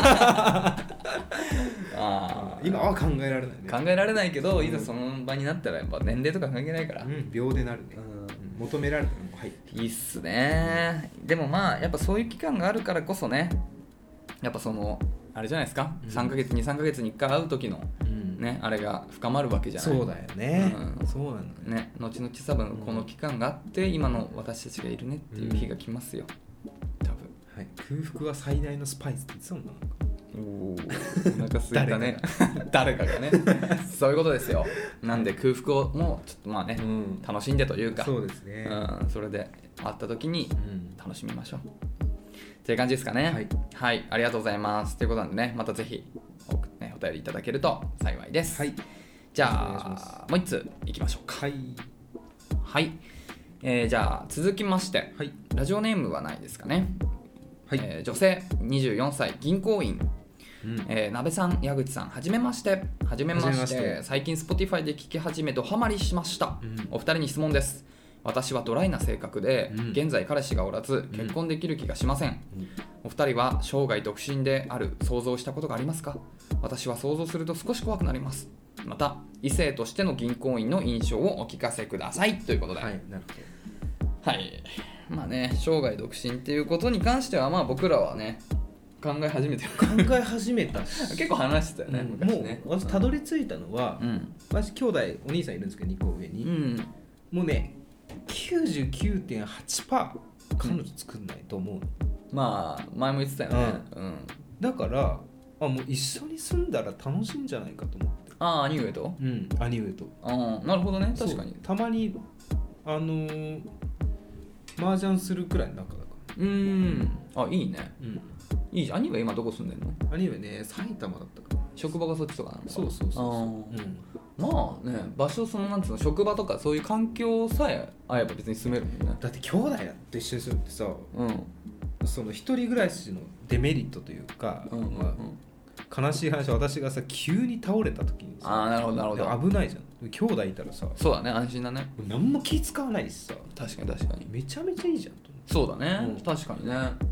今は考えられないね。 考えられないけど、いざその場になったらやっぱ年齢とか関係ないから、 秒でなるね、求められたらもう入っていいっすね。でもやっぱそういう期間があるからこそね、やっぱあれじゃないですか、3ヶ月2、3ヶ月に1回会う時のね、あれが深まるわけじゃない。 そうだよね、そうなんだね。後々多分この期間があって今の私たちがいるねっていう日が来ますよ、多分。 空腹は最大のスパイスって言ってたもんな。 お腹すいたね誰かがねそういうことですよ。なんで空腹をもうちょっと楽しんでというか、 そうですね、 それで会った時に楽しみましょう、っていう感じですかね。はい、ありがとうございます。ということなんでね、またぜひお便りいただけると幸いです。じゃあもう1通いきましょうか。はい、じゃあ続きまして、ラジオネームはないですかね。女性24歳銀行員、鍋さん、矢口さん、はじめまして。最近 Spotify で聞き始めドハマりしました、お二人に質問です。私はドライな性格で、現在彼氏がおらず結婚できる気がしません、お二人は生涯独身である想像したことがありますか？私は想像すると少し怖くなります。また異性としての銀行員の印象をお聞かせください、ということで。なるほど。まあね、生涯独身っていうことに関しては僕らはね考え始めた結構話してたよね、昔ね。 もう私たどり着いたのは、私兄弟お兄さんいるんですけど2個上に、もうね 99.8% 彼女作んないと思うの。 前も言ってたよね、 だからもう一緒に住んだら楽しいんじゃないかと思って。 兄上と？ 兄上と。 なるほどね、確かに。 たまに麻雀するくらいの仲だから。 いいね、いいじゃん。兄上今どこ住んでんの？ 兄上ね埼玉だったから。 職場がそっちとかなのか。 そうね、場所なんつうの、職場とかそういう環境さえ合えば別に住めるもんね。 だって兄弟と一緒に住むってさ、その一人暮らしのデメリットというか、悲しい話、私がさ急に倒れた時にさ、 なるほど危ないじゃん。兄弟いたらさ、 そうだね、安心だね。 何も気使わないしさ、 確かにめちゃめちゃいいじゃんと。 そうだね、確かにね。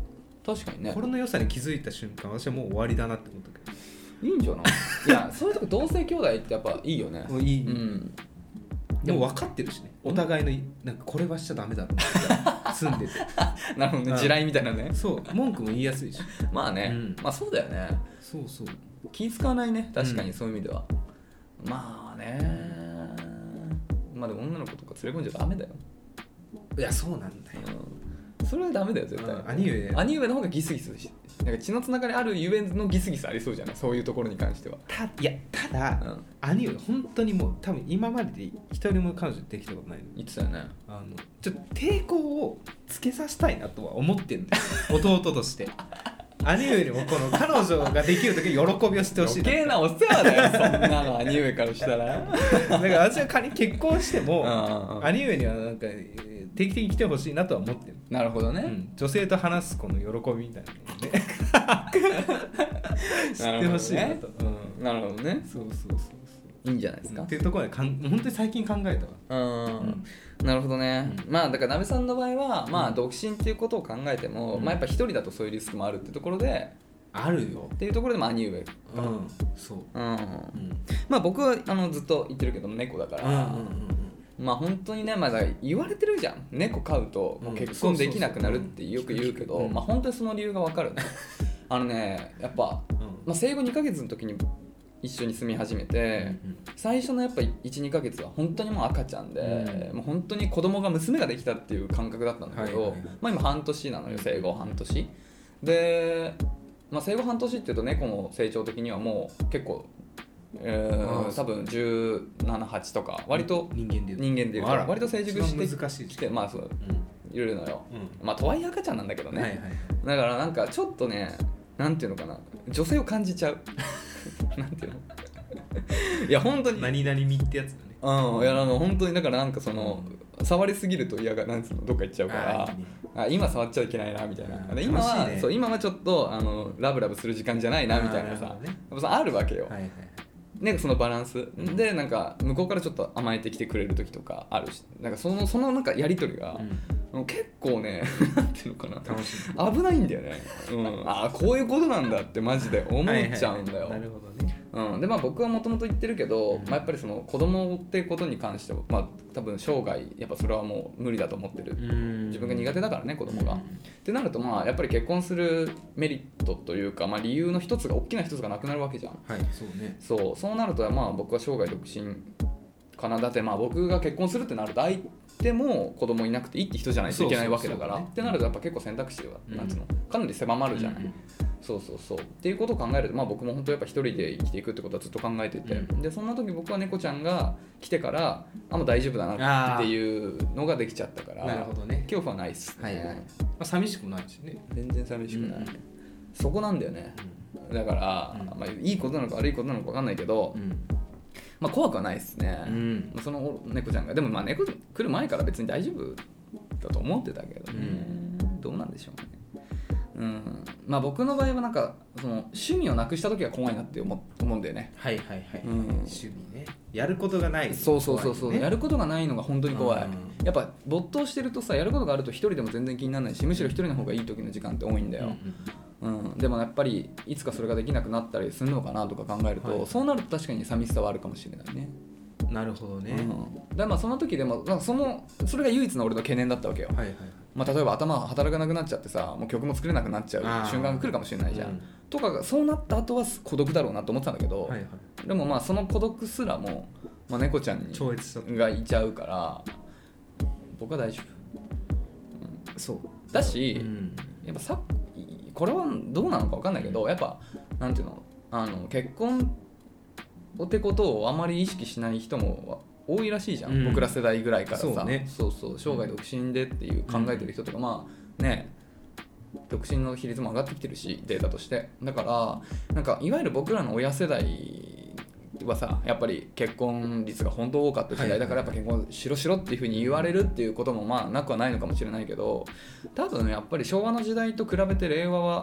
確かにね。 これの良さに気づいた瞬間私はもう終わりだなって思ったけどいいんじゃないいやそういうとこ同性兄弟ってやっぱいいよね。 もういい、 うん、 でも分かってるしね、お互いのなんかこれはしちゃダメだって住んでてなるほどね、地雷みたいなね。 そう文句も言いやすいしまあね、まあそうだよね。 そうそう気使わないね、確かにそういう意味では、まあね。まあでも女の子とか連れ込んじゃダメだよ。 いやそうなんだよ、 それはダメだよ絶対。 兄上の方がギスギスして、なんか血のつながりあるゆえのギスギスありそうじゃない、そういうところに関しては。 ただ、兄上本当にもう多分今までで一人も彼女できたことないの。 言ってたよね。 ちょっと抵抗をつけさせたいなとは思ってんだよ弟として兄上にもこの彼女ができる時に喜びをしてほしい。 余計なお世話だよそんなの兄上からしたらだから私は仮に結婚しても兄上にはなんか定期的に来てほしいなとは思ってる。 なるほどね、 女性と話すこの喜びみたいなのね知ってほしいなと。 なるほどね。 そういいんじゃないですか、 っていうところで本当に最近考えたわ。 なるほどね、まあだからなべさんの場合は、まあ独身っていうことを考えても、まあやっぱ一人だとそういうリスクもあるってところであるよっていうところでも兄上そうまあ僕はずっと言ってるけど猫だから、まあ本当にね、まだ言われてるじゃん、猫飼うともう結婚できなくなるってよく言うけど、まあ本当にその理由が分かるねやっぱ、まあ、生後2ヶ月の時に一緒に住み始めて、最初のやっぱ 1,2 ヶ月は本当にもう赤ちゃんで、もう本当に子供が娘ができたっていう感覚だったんだけど、まあ今半年なのよ、生後半年で、まあ、生後半年っていうと猫の成長的にはもう結構多分17、8とか割と人間でいうと割と成熟してきて、まあそういるのよ、まあとはいえ赤ちゃんなんだけどね、だからなんかちょっとね、なんていうのかな、女性を感じちゃうなんていうのいや本当に何々みってやつだね。 いや本当にだからなんかその触りすぎると嫌がなんつうのどっか行っちゃうから今触っちゃいけないなみたいな、今はそう今はちょっとラブラブする時間じゃないなみたいなさ、あるわけよ。なんかそのバランスでなんか向こうからちょっと甘えてきてくれる時とかあるし、なんかそのなんかやり取りが、結構ねなんていうのかな、 楽しい危ないんだよね、ああこういうことなんだってマジで思っちゃうんだよ。 なるほどね。 でまあ僕はもともと言ってるけど、まあ、やっぱりその子供っていうことに関しては、まあ、多分生涯やっぱそれはもう無理だと思ってる。自分が苦手だからね子供が。ってなるとまあやっぱり結婚するメリットというか、まあ、理由の一つが大きな一つがなくなるわけじゃん。 そうね。 そうなるとまあ僕は生涯独身かな。だってまあ僕が結婚するってなると相手も子供いなくていいって人じゃないといけないわけだから、ってなるとやっぱ結構選択肢はなんつうのかなり狭まるじゃない。そうっていうことを考えると、まあ、僕も本当やっぱ一人で生きていくってことはずっと考えてて、でそんな時僕は猫ちゃんが来てからもう大丈夫だなっていうのができちゃったから、 なるほどね、 恐怖はないっすね。 寂しくないしね。 全然寂しくない、そこなんだよね。だから、まあ、いいことなのか悪いことなのか分かんないけど、まあ、怖くはないっすね、その猫ちゃんが。でもまあ猫来る前から別に大丈夫だと思ってたけどね、どうなんでしょうね。まあ僕の場合はなんかその趣味をなくした時は怖いなって思うんだよね。 趣味ね、やることがない。 そうやることがないのが本当に怖い。やっぱ没頭してるとさ、やることがあると一人でも全然気にならないし、むしろ一人の方がいい時の時間って多いんだよ。でもやっぱりいつかそれができなくなったりするのかなとか考えると、そうなると確かに寂しさはあるかもしれないね。 なるほどね。 だまあその時でもそれが唯一の俺の懸念だったわけよ。まあ、例えば頭働かなくなっちゃってさ、もう曲も作れなくなっちゃう瞬間が来るかもしれないじゃん、とかそうなった後は孤独だろうなと思ってたんだけど、でもまあその孤独すらも、まあ、猫ちゃんがいちゃうから僕は大丈夫、そうだし、やっぱこれはどうなのか分かんないけど、やっぱなんていうの、結婚ってことをあまり意識しない人も多いらしいじゃん、僕ら世代ぐらいからさ。そう生涯独身でっていう考えてる人とか、まあね、独身の比率も上がってきてるしデータとして。だからなんかいわゆる僕らの親世代はさ、やっぱり結婚率が本当多かった時代だから、やっぱ結婚しろっていう風に言われるっていうこともまあなくはないのかもしれないけど、多分やっぱり昭和の時代と比べて令和は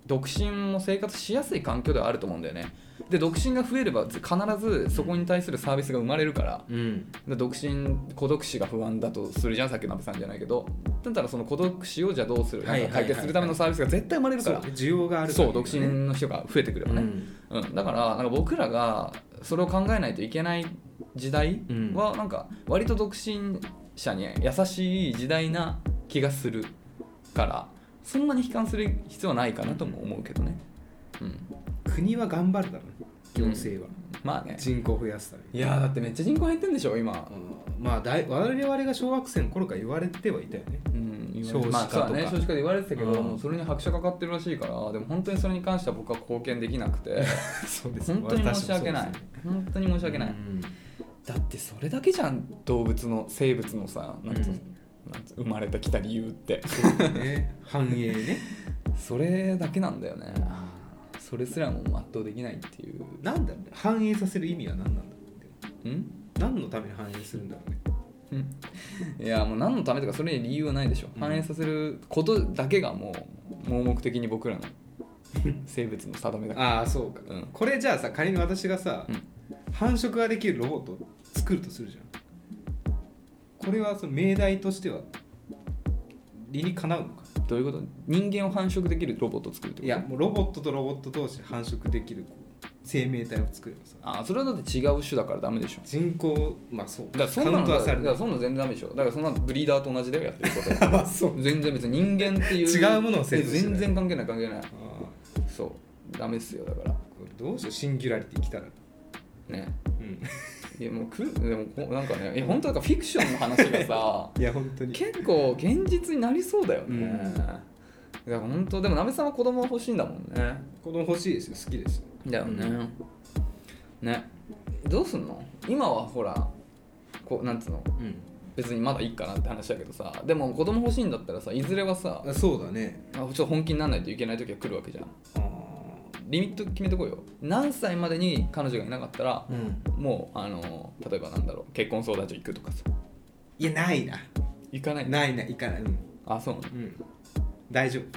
独身も生活しやすい環境ではあると思うんだよね。で独身が増えれば必ずそこに対するサービスが生まれるから、で独身孤独死が不安だとするじゃん、さっきの安倍さんじゃないけど、だったらその孤独死をじゃあどうする、解決するためのサービスが絶対生まれるから、 需要があるから、 そう独身の人が増えてくればね、だからなんか僕らがそれを考えないといけない時代はなんか割と独身者に優しい時代な気がするから、そんなに悲観する必要はないかなとも思うけどね。 国は頑張るだろうね、行政は、 まあね、 人口増やすために。 いやだってめっちゃ人口減ってんでしょ今、 まあ我々が小学生の頃から言われてはいたよね、少子化とか、 まあそうだね、少子化で言われてたけど、もうそれに拍車かかってるらしいから、でも本当にそれに関しては僕は貢献できなくてそうです、 本当に申し訳ない、本当に申し訳ない、だってそれだけじゃん、動物の生物のさ、なんて生まれてきた理由ってそうね、繁栄ねそれだけなんだよね。それすらも全うできないっていう。 なんだろうね、反映させる意味は何なんだろうね。何のために反映するんだろうね。 いやもう何のためとかそれに理由はないでしょ、反映させることだけがもう盲目的に僕らの生物の定めだからああそうか、これじゃあさ、仮に私がさ、繁殖ができるロボットを作るとするじゃん。これはその命題としては理にかなうのか。 どういうこと？人間を繁殖できるロボットを作るってこと？ いやもうロボットとロボット同士で繁殖できる生命体を作ればさ。 あ、それはだって違う種だからダメでしょ。 人口、まあそうだからそんなのだからそんなの全然ダメでしょ。だからそんなブリーダーと同じでやってることまあそう全然別に人間っていう違うものを全然関係ない関係ない。そうダメっすよ。だからこれどうしよう、シンギュラリティ来たらね。いやもうでもなんかね、本当なんかフィクションの話がさいや本当に結構現実になりそうだよね。いや本当でもなべさんは子供欲しいんだもんね。 子供欲しいですよ、好きですよ。 だよね。ね、どうすんの？今はほらこうなんつうの、別にまだいいかなって話だけどさ、でも子供欲しいんだったらさ、いずれはさ、 そうだね、 ちょっと本気にならないといけない時は来るわけじゃん。リミット決めてこいよ。何歳までに彼女がいなかったら、もう例えばなんだろう、結婚相談所行くとかさ。 いやないな、 行かない。 ない行かない。 あ、そうなの。 大丈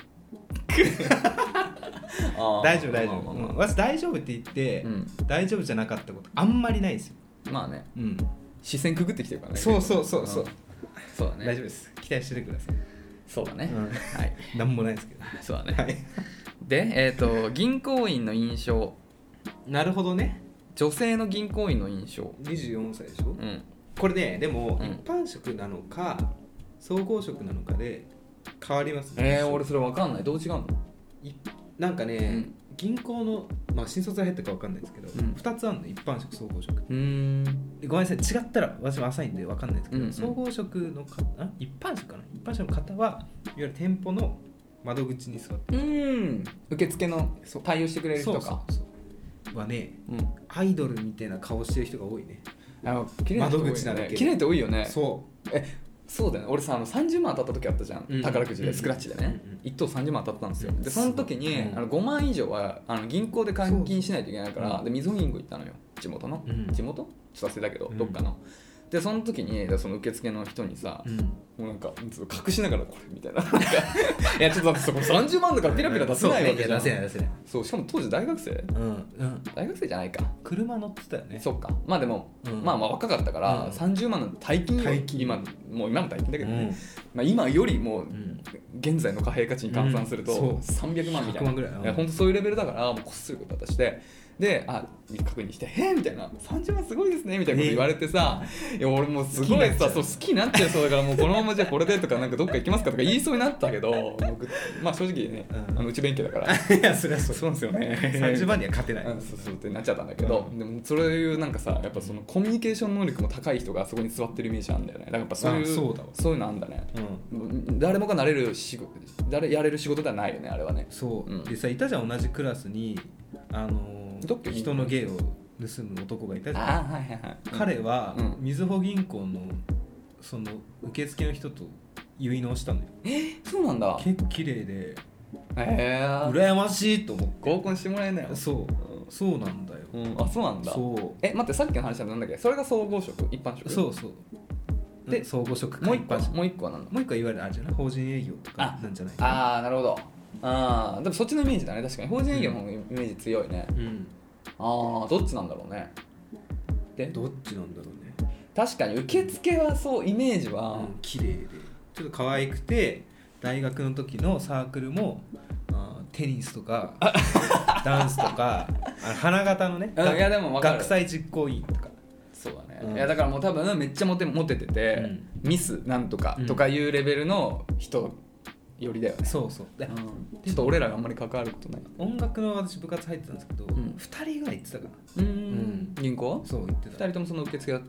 夫大丈夫、私大丈夫って言って、大丈夫じゃなかったことあんまりないですよ。 まあね、視線くぐってきてるからね。 そうだね、大丈夫です、期待しててください。 そうだね、はい、 なんもないですけど。 そうだね、はい。で銀行員の印象。 なるほどね。 女性の銀行員の印象。 24歳でしょ。これね、でも一般職なのか総合職なのかで変わりますね。 俺それ分かんない。どう違うの？ なんかね、銀行の、まあ、新卒で入ったか分かんないですけど、2つあるの、一般職総合職。ごめんなさい、違ったら私も浅いんで分かんないですけど、総合職の方、一般職かな、一般職の方はいわゆる店舗の窓口に座って、 受付の対応してくれる人かはね、アイドルみたいな顔してる人が多いね。 窓口なだけ綺麗って多いよね。そうだよね。俺さ30万当たった時あったじゃん、宝くじでスクラッチでね、1等30万当たったんですよ。でその時に5万以上は銀行で換金しないといけないから、でみずほ銀行行ったのよ、地元の、地元ちょっと忘れたけど、どっかの。でその時にその受付の人にさ、もうなんか隠しながらこれみたいな、いやちょっとだってそこ30万だからピラピラ出せないわけじゃん。出せない。そうしかも当時大学生、大学生じゃないか、 車乗ってたよね。 そっか、まあでも、まあ若かったから、30万の大金、今も大金だけどね、今よりも現在の貨幣価値に換算すると300万みたいな、本当そういうレベルだから、もうこっそり渡して、で確認して「みたいな「30万すごいですね」みたいなこと言われてさ、いや俺もうすごいさ、好きになっちゃうそうだから、もうこのままじゃあこれでとか、なんかどっか行きますかとか言いそうになったけど、僕まあ正直ね、内弁慶だからいやそれはそうなんですよね、 30万には勝てない、 そうってなっちゃったんだけど、でもそういうなんかさ、やっぱそのコミュニケーション能力も高い人がそこに座ってるイメージあるんだよね。だからやっぱそういうのあんだね。誰もがなれる仕事、やれる仕事ではないよね、あれはね。 そうでさ、いたじゃん、同じクラスに人の芸を盗む男がいたじゃん。彼はみずほ銀行のその受付の人と結納したのよ。 そうなんだ。 結構綺麗で羨ましいと思って。 合コンしてもらえないよ。 そうなんだよ。 あ、そうなんだ。待ってさっきの話はなんだっけ？それが総合職、一般職？そうで総合職。 もう一個は何だ？ もう一個はいわゆるあれじゃない、法人営業とかなんじゃないかな。なるほど。 ああでもそっちのイメージだね。確かに法人営業の方がイメージ強いね、 うん、 ああどっちなんだろうね。でどっちなんだろうね。 確かに受付はそうイメージは、 綺麗でちょっと可愛くて、大学の時のサークルもテニスとかダンスとか花形のね、 いやでも分かる、 学祭実行委員とか。 そうだね、いやだからもう多分めっちゃモテてて、ミスなんとかとかいうレベルの人よりだよね。 そうそう、 ちょっと俺らがあんまり関わることない。 音楽の私部活入ってたんですけど、2人ぐらい行ってたかな。 銀行？ そう行ってた。 2人ともその受付だった？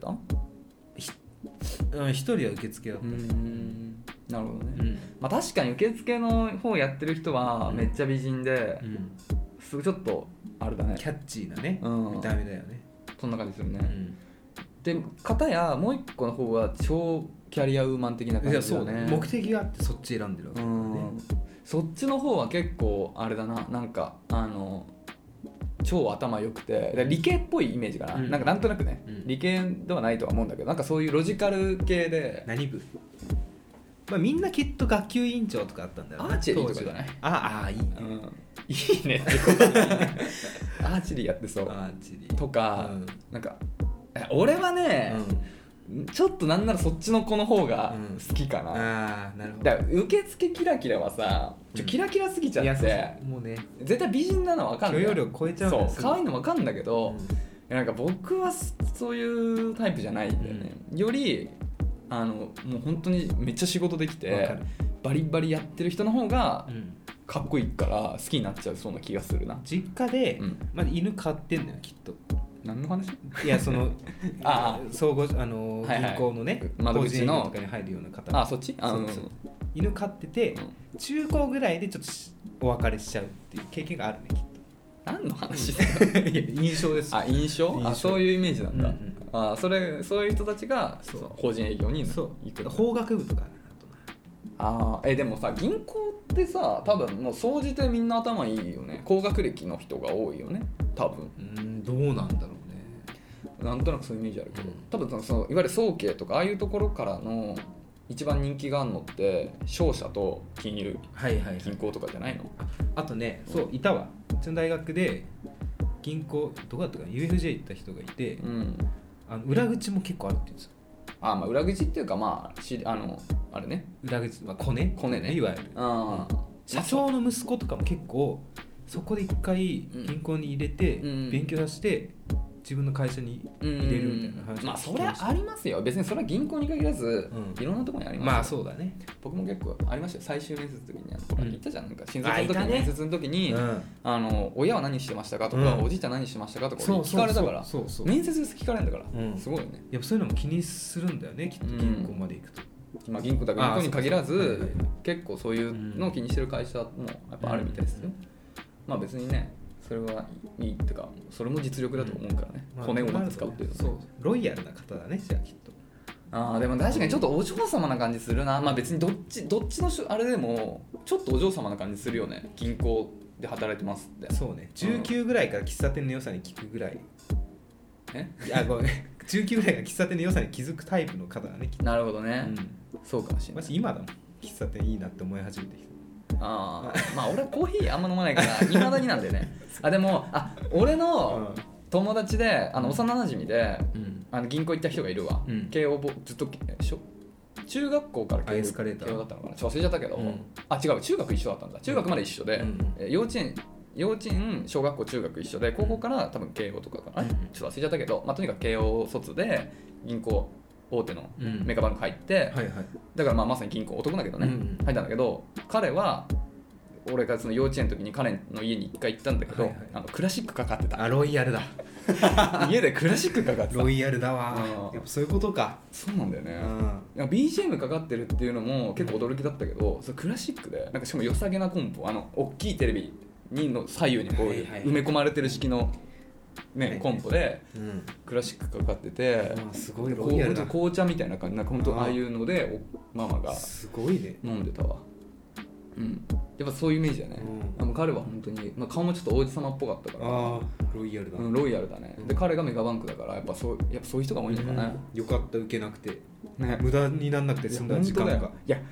1人は受付だった。 なるほどね、まあ確かに受付の方やってる人はめっちゃ美人で、すぐちょっとあれだね、 キャッチーなね、見た目だよね。 そんな感じするね、で片やもう一個の方は超キャリアウーマン的な感じだよね。 そうね、目的があってそっち選んでるわけだね。 そっちの方は結構あれだな、なんか超頭良くて理系っぽいイメージかな、なんとなくね、理系ではないとは思うんだけど、なんかそういうロジカル系で。 何部？まあ、みんなきっと学級委員長とかあったんだよね。 アーチェリーとかじゃない？ ああいいね、 いいねってことだねアーチェリーやってそうアーチェリーとか、なんか俺はね、ちょっとなんならそっちの子の方が好きかな、 なるほど。 だから受付キラキラはさ、キラキラすぎちゃって、 もうね絶対美人なの分かんない、 許容量超えちゃうんですよ。 そう可愛いの分かんだけど、なんか僕はそういうタイプじゃないんだよね、よりもう本当にめっちゃ仕事できてバリバリやってる人の方がかっこいいから好きになっちゃうそうな気がするな。 実家で、まだ犬飼ってんだよきっと。 何の話？ いやその総合銀行のね、 窓口のとかに入るような方。 そっち？ そう犬飼ってて、中高ぐらいでちょっとお別れしちゃうっていう経験があるねきっと。 何の話？ 印象です。 印象？そういうイメージなんだ。そういう人たちが法人営業に行く。 法学部とか。 でもさ銀行ってさ多分もう総じてみんな頭いいよね。高学歴の人が多いよね多分。 どうなんだろうね。 なんとなくそういうイメージあるけど、多分そのいわゆる総計とかああいうところからの一番人気があるのって商社と金融、銀行とかじゃないの？ あとね、そういたわ。うちの大学で銀行どこだったかな、 UFJ 行った人がいて、裏口も結構あるって言うんですよ。 裏口っていうかあれね、 裏口、コネね、いわゆる。社長の息子とかも結構そこで一回銀行に入れて勉強させて自分の会社に入れるみたいな話。 それはありますよ。別にそれは銀行に限らず、いろんなところにありますよ。 そうだね。僕も結構ありましたよ。最終面接の時に言ったじゃん。なんか新卒の時に面接の時に、親は何してましたかとか、おじいちゃん何してましたかとか聞かれたから、面接で聞かれるんだから、すごいよね。 やっぱそういうのも気にするんだよねきっと銀行まで行くと。 銀行に限らず結構そういうのを気にしてる会社もやっぱあるみたいですよ。別にねそれはいいってか、それも実力だと思うからね、骨をうまく使うっていうのは、 そうロイヤルな方だねじゃあきっと。 でも確かにちょっとお嬢様な感じするな。別にどっちのあれでもちょっとお嬢様な感じするよね。銀行で働いてますって。 そうね、19ぐらいから喫茶店の良さに聞くぐらい。ごめん19ぐらいが喫茶店の良さに気づくタイプの方だねきっと。 なるほどね、そうかもしれない。 今だもん喫茶店いいなって思い始めてきた。 俺コーヒーあんま飲まないからいまだになんだよねでも俺の友達で幼なじみで、銀行行った人がいるわ、慶応ずっと中学校から慶応だったのかな、忘れちゃったけど、違う、中学一緒だったんだ。中学まで一緒で、幼稚園小学校中学一緒で、高校から多分慶応とかかな、ちょっと忘れちゃったけど、とにかく慶応卒で銀行大手のメガバンク入って、だからまさに銀行男だけどね、入ったんだけど、彼は俺がその幼稚園の時に彼の家に1回行ったんだけど、クラシックかかってた。 ロイヤルだ家でクラシックかかってた。 ロイヤルだわ。やっぱそういうことか。 そうなんだよね。BGM かかってるっていうのも結構驚きだったけど、それクラシックでしかも良さげなコンポ、大きいテレビの左右にこう埋め込まれてる式のコンポでクラシックかかってて、 すごいロイヤルだ。 紅茶みたいな感じ、本当ああいうのでママがすごいね飲んでたわ。やっぱそういうイメージだね。彼は本当に、顔もちょっと王子様っぽかったから、 ロイヤルだ。 ロイヤルだね。で彼がメガバンクだから、やっぱそういう人が多いのかな。 よかった、受けなくて無駄になんなくて済んだ時間が。 いや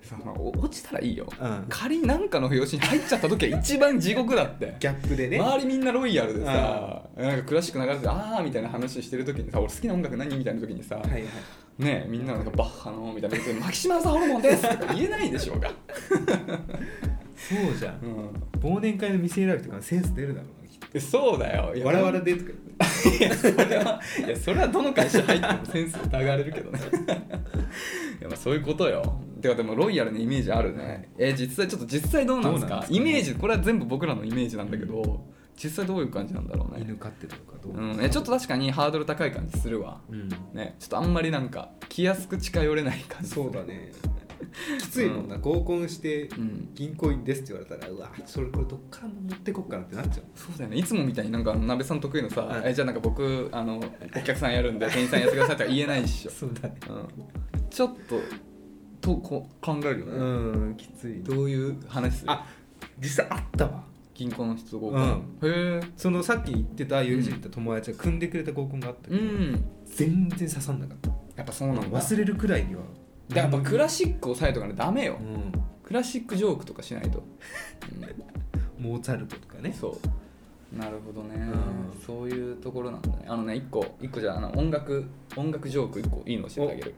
落ちたらいいよ、 うん、 仮に何かの拍子に入っちゃった時は一番地獄だってギャップでね、 周りみんなロイヤルでさ、なんかクラシック流れてあーみたいな話してる時にさ、俺好きな音楽何みたいな時にさ、 はいはい、 ねみんななんかバッハのみたいな時にマキシマムザホルモンですとか言えないでしょうがそうじゃん、忘年会の店選びとかセンス出るだろうな。 そうだよ、 わらわらでとかいやそれはどの会社入ってもセンス疑われるけどねいやまあそういうことよ。てかでもロイヤルのイメージあるね。実際どうなんですか？イメージ、これは全部僕らのイメージなんだけど、実際どういう感じなんだろうね。 犬飼ってるのかどう、 ちょっと確かにハードル高い感じするわ、ね、ちょっとあんまりなんか気安く近寄れない感じ。 そうだねきついもんな、合コンして銀行員ですって言われたら、うわそれこれどっから持ってこっかなってなっちゃう。 そうだよね、いつもみたいになんか鍋さん得意のさ、じゃあなんか僕お客さんやるんで店員さんやってくださいとか言えないっしょそうだね、 ちょっと考えるよね。 きつい。 どういう話する？ 実際あったわ、 銀行の人と合コン、へえ。 そのさっき言ってた友人行った友達が組んでくれた合コンがあったけど、全然刺さんなかった。 やっぱそうなんだ。 忘れるくらいにはやっぱクラシックを押さえとかねダメよ、クラシックジョークとかしないと、 モーツァルトとかね。 そうなるほどね、そういうところなんだね。一個じゃ音楽ジョーク1個いいの教えてあげる。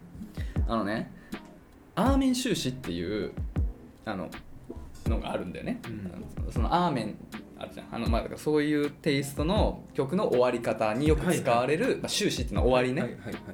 アーメン終始っていうのがあるんだよね、そのアーメンあるじゃん、だからそういうテイストの曲の終わり方によく使われる、終始っていうのは終わりね、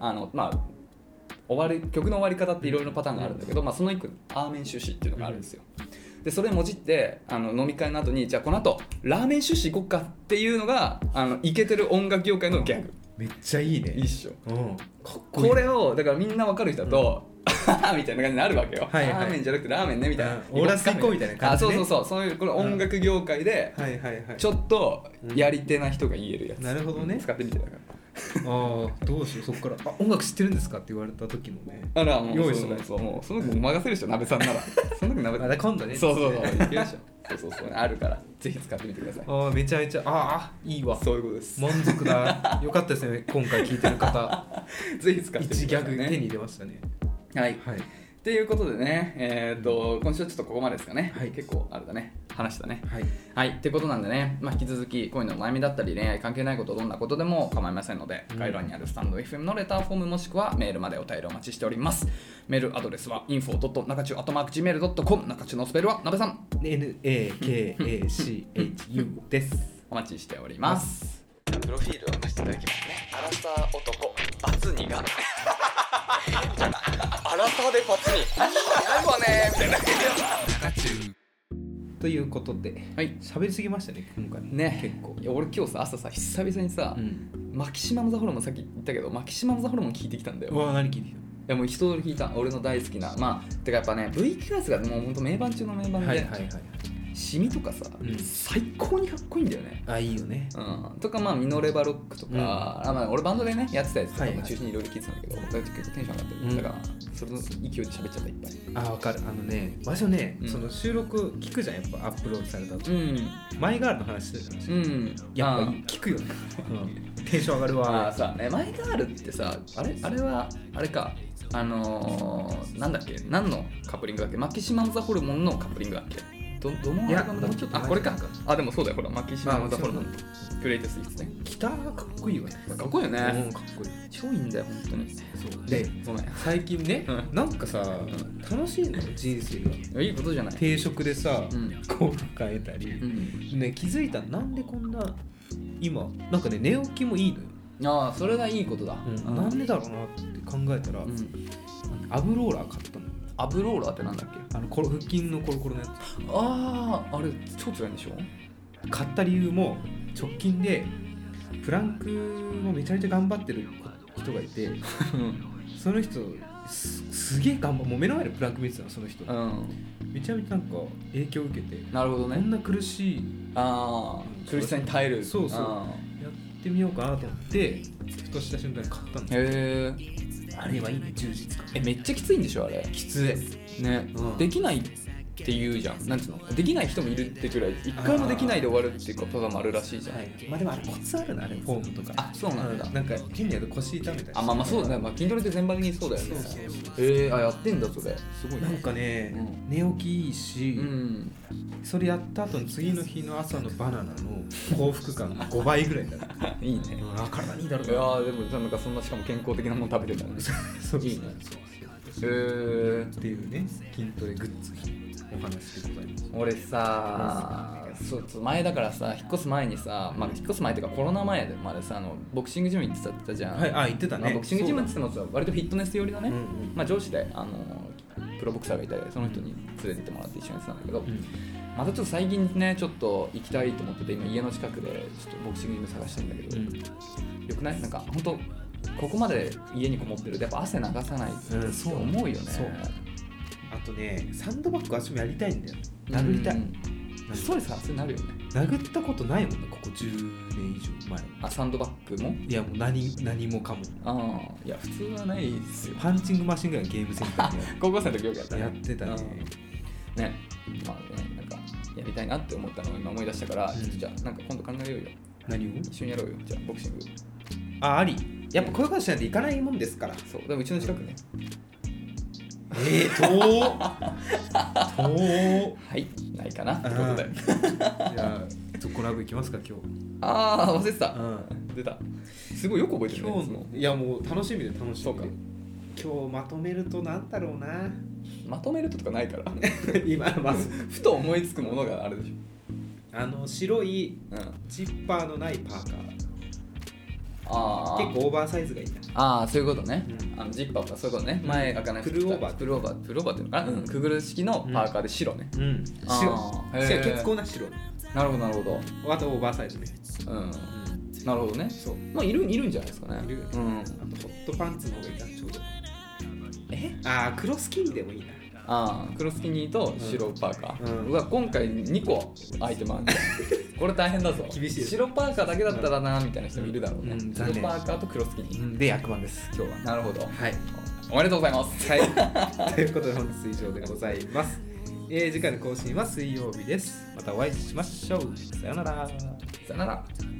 曲の終わり方っていろいろパターンがあるんだけど、その一個アーメン終始っていうのがあるんですよ。でそれもじって飲み会の後に、じゃあこの後ラーメン終始行こっかっていうのがイケてる音楽業界のギャグ。 めっちゃいいね。 いいっしょ、 かっこいい。 これをだからみんな分かる人だと、みたいな感じになるわけよ、 ラーメンじゃなくてラーメンねみたいな、 オーラス行こうみたいな感じで、 そういうこの音楽業界でちょっとやり手な人が言えるやつ、 なるほどね。 使ってみてだからどうしよう、そこから音楽知ってるんですかって言われた時のね、 もう用意してない。もうその子任せるでしょ、鍋さんならその時鍋さん今度ね、 そういけるでしょそうあるからぜひ使ってみてください。 めちゃめちゃいいわ。 そういうことです。 満足だよかったですね、今回聞いてる方ぜひ使ってみてくださいね。 1ギャグ手に入れましたね。 はい、っていうことでね、今週はちょっとここまでですかね、結構あれだね、話だね。ってことなんでね、引き続き恋の悩みだったり恋愛関係ないこと、どんなことでも構いませんので、概要欄にあるスタンド FM のレターフォームもしくはメールまでお便りお待ちしております。メールアドレスは info.nakachu@gmail.com、 中のスペルはなべさん NAKACHU ですお待ちしております。プロフィールを出していただきますね。アラサー男バツ2がアラサーでバツ2やるわねみたいなということで、喋りすぎましたね今回ね。 結構。 いや俺今日さ朝さ久々にさ、マキシマムザホルモンさっき言ったけどマキシマムザホルモン聞いてきたんだよ。 何聞いてきた？ いやもう一通り聞いた。俺の大好きなてかやっぱね V クラスがもうほんと名盤中の名盤で、シミとかさ、最高にかっこいいんだよね。 いいよね。 とかミノレバロックとか、俺バンドでねやってたやつとかも中心にいろいろ聞いてたんだけど、結構テンション上がってる、だからそれの勢いで喋っちゃったいっぱい。 わかる。場所ね、その収録聞くじゃん、やっぱアップロードされた後、マイガールの話してるじゃん、やっぱ聞くよね、テンション上がるわ。 マイガールってさ、あれはあれか、なんだっけ、何のカップリングだっけ？マキシマムザホルモンのカップリングだっけ？どのアルバムだっけ？これか。でもそうだよ、ほらマキシマムザホルモンとグレイテストヒッツね。 ギターがかっこいいよね。 かっこいいよね。 かっこいい。 超いいんだよ本当に。 で、ごめん、最近ね、なんかさ、楽しいのよ人生が。 いいことじゃない。 定食でさ、コール変えたり、ね、気づいたらなんでこんな今なんかね、寝起きもいいのよ。 それがいいことだ。 なんでだろうなって考えたら、アブローラー買ったの。 アブローラーってなんだっけ？ 腹筋のコロコロのやつ。 あれ超強いんでしょ？ 買った理由も直近でプランクもめちゃめちゃ頑張ってる人がいてその人すげえもう目の前でプランク見てたの、その人、めちゃめちゃなんか影響を受けて。 なるほどね。 こんな苦しい苦しさに耐える。 そうやってみようかなと思ってふとした瞬間に買ったんですよ。あれはいいね、充実感。 めっちゃきついんでしょあれ？ きついね、 できないっていうじゃん。なんつうの、できない人もいるってくらい、一回もできないで終わるっていうことがもあるらしいじゃん。 まあでもあれコツあるな、あれフォームとか。 あ、そうなんだ。 なんか変にやると腰痛めたり。 あ、まあそうだね。まあ筋トレって全般的にそうだよね。あ、やってんだそれ。すごい。 なんかね、寝起きいいし、それやった後の次の日の朝のバナナの幸福感が5倍ぐらいだね。 いいね。 体にいいだろうな。いやでもなんかそんなしかも健康的なもの食べてたね。 そういいね。 っていうね、筋トレグッズお話でございます。 俺さ、そう前だからさ、引っ越す前にさ、まあ引っ越す前っていうかコロナ前までさ、ボクシングジム行ってたじゃん。 はい、あ、行ってたね。 まあ、ボクシングジムって言ってもさ、割とフィットネス寄りだね。まあ上司でプロボクサーがいたり、その人に連れてってもらって一緒にやってたんだけど、またちょっと最近ね、ちょっと行きたいと思ってて、今家の近くでちょっとボクシングジム探してるんだけど、よくない？なんか本当ここまで家にこもってるとやっぱ汗流さないって思うよね。 あとね、サンドバッグ私もやりたいんだよ。殴りたい。 ストレス発生になるよね。 殴ったことないもんね、ここ10年以上前。 あ、サンドバッグも？ いやもう何もかも。 いや普通はないですよ。 パンチングマシンぐらいゲームセンターで高校生の時よくやったね。 やってたね。 ね、まあね、なんかやりたいなって思ったのを今思い出したから、ちょっとじゃあなんか今度考えようよ。 何を？ 一緒にやろうよ。じゃあボクシング。 あり。やっぱこういうことしないといかないもんですから。 そう。でもうちの近くね。 遠はいないかなってことで。 じゃあゾコラブ行きますか今日。 忘れてた。出た。すごいよく覚えてるね。 今日いやもう楽しみで楽しみで。そうか。今日まとめるとなんだろうな。 まとめるとかないから。 今まずふと思いつくものがあるでしょ。白いジッパーのないパーカー。結構オーバーサイズがいいな。そういうことね。ジッパーとかそういうことね。前開かない。 プルオーバーっていうのかな。くぐる式のパーカーで白ね。 白。結構な白。 なるほどなるほど。 あとオーバーサイズね。 なるほどね。そう。まあいるんじゃないですかね。 いる。あとホットパンツの方がいいな、ちょうど。クロスキーでもいいな。 クロスキニーと白パーカー。うわ、今回2個アイテムあるんだ。これ大変だぞ。 厳しい。 白パーカーだけだったらなみたいな人もいるだろうね。白パーカーとクロスキニーで役満です今日は。 なるほど。 はい。 おめでとうございます。 はい。ということで本日以上でございます。次回の更新は水曜日です。またお会いしましょう。さよなら。 さよなら。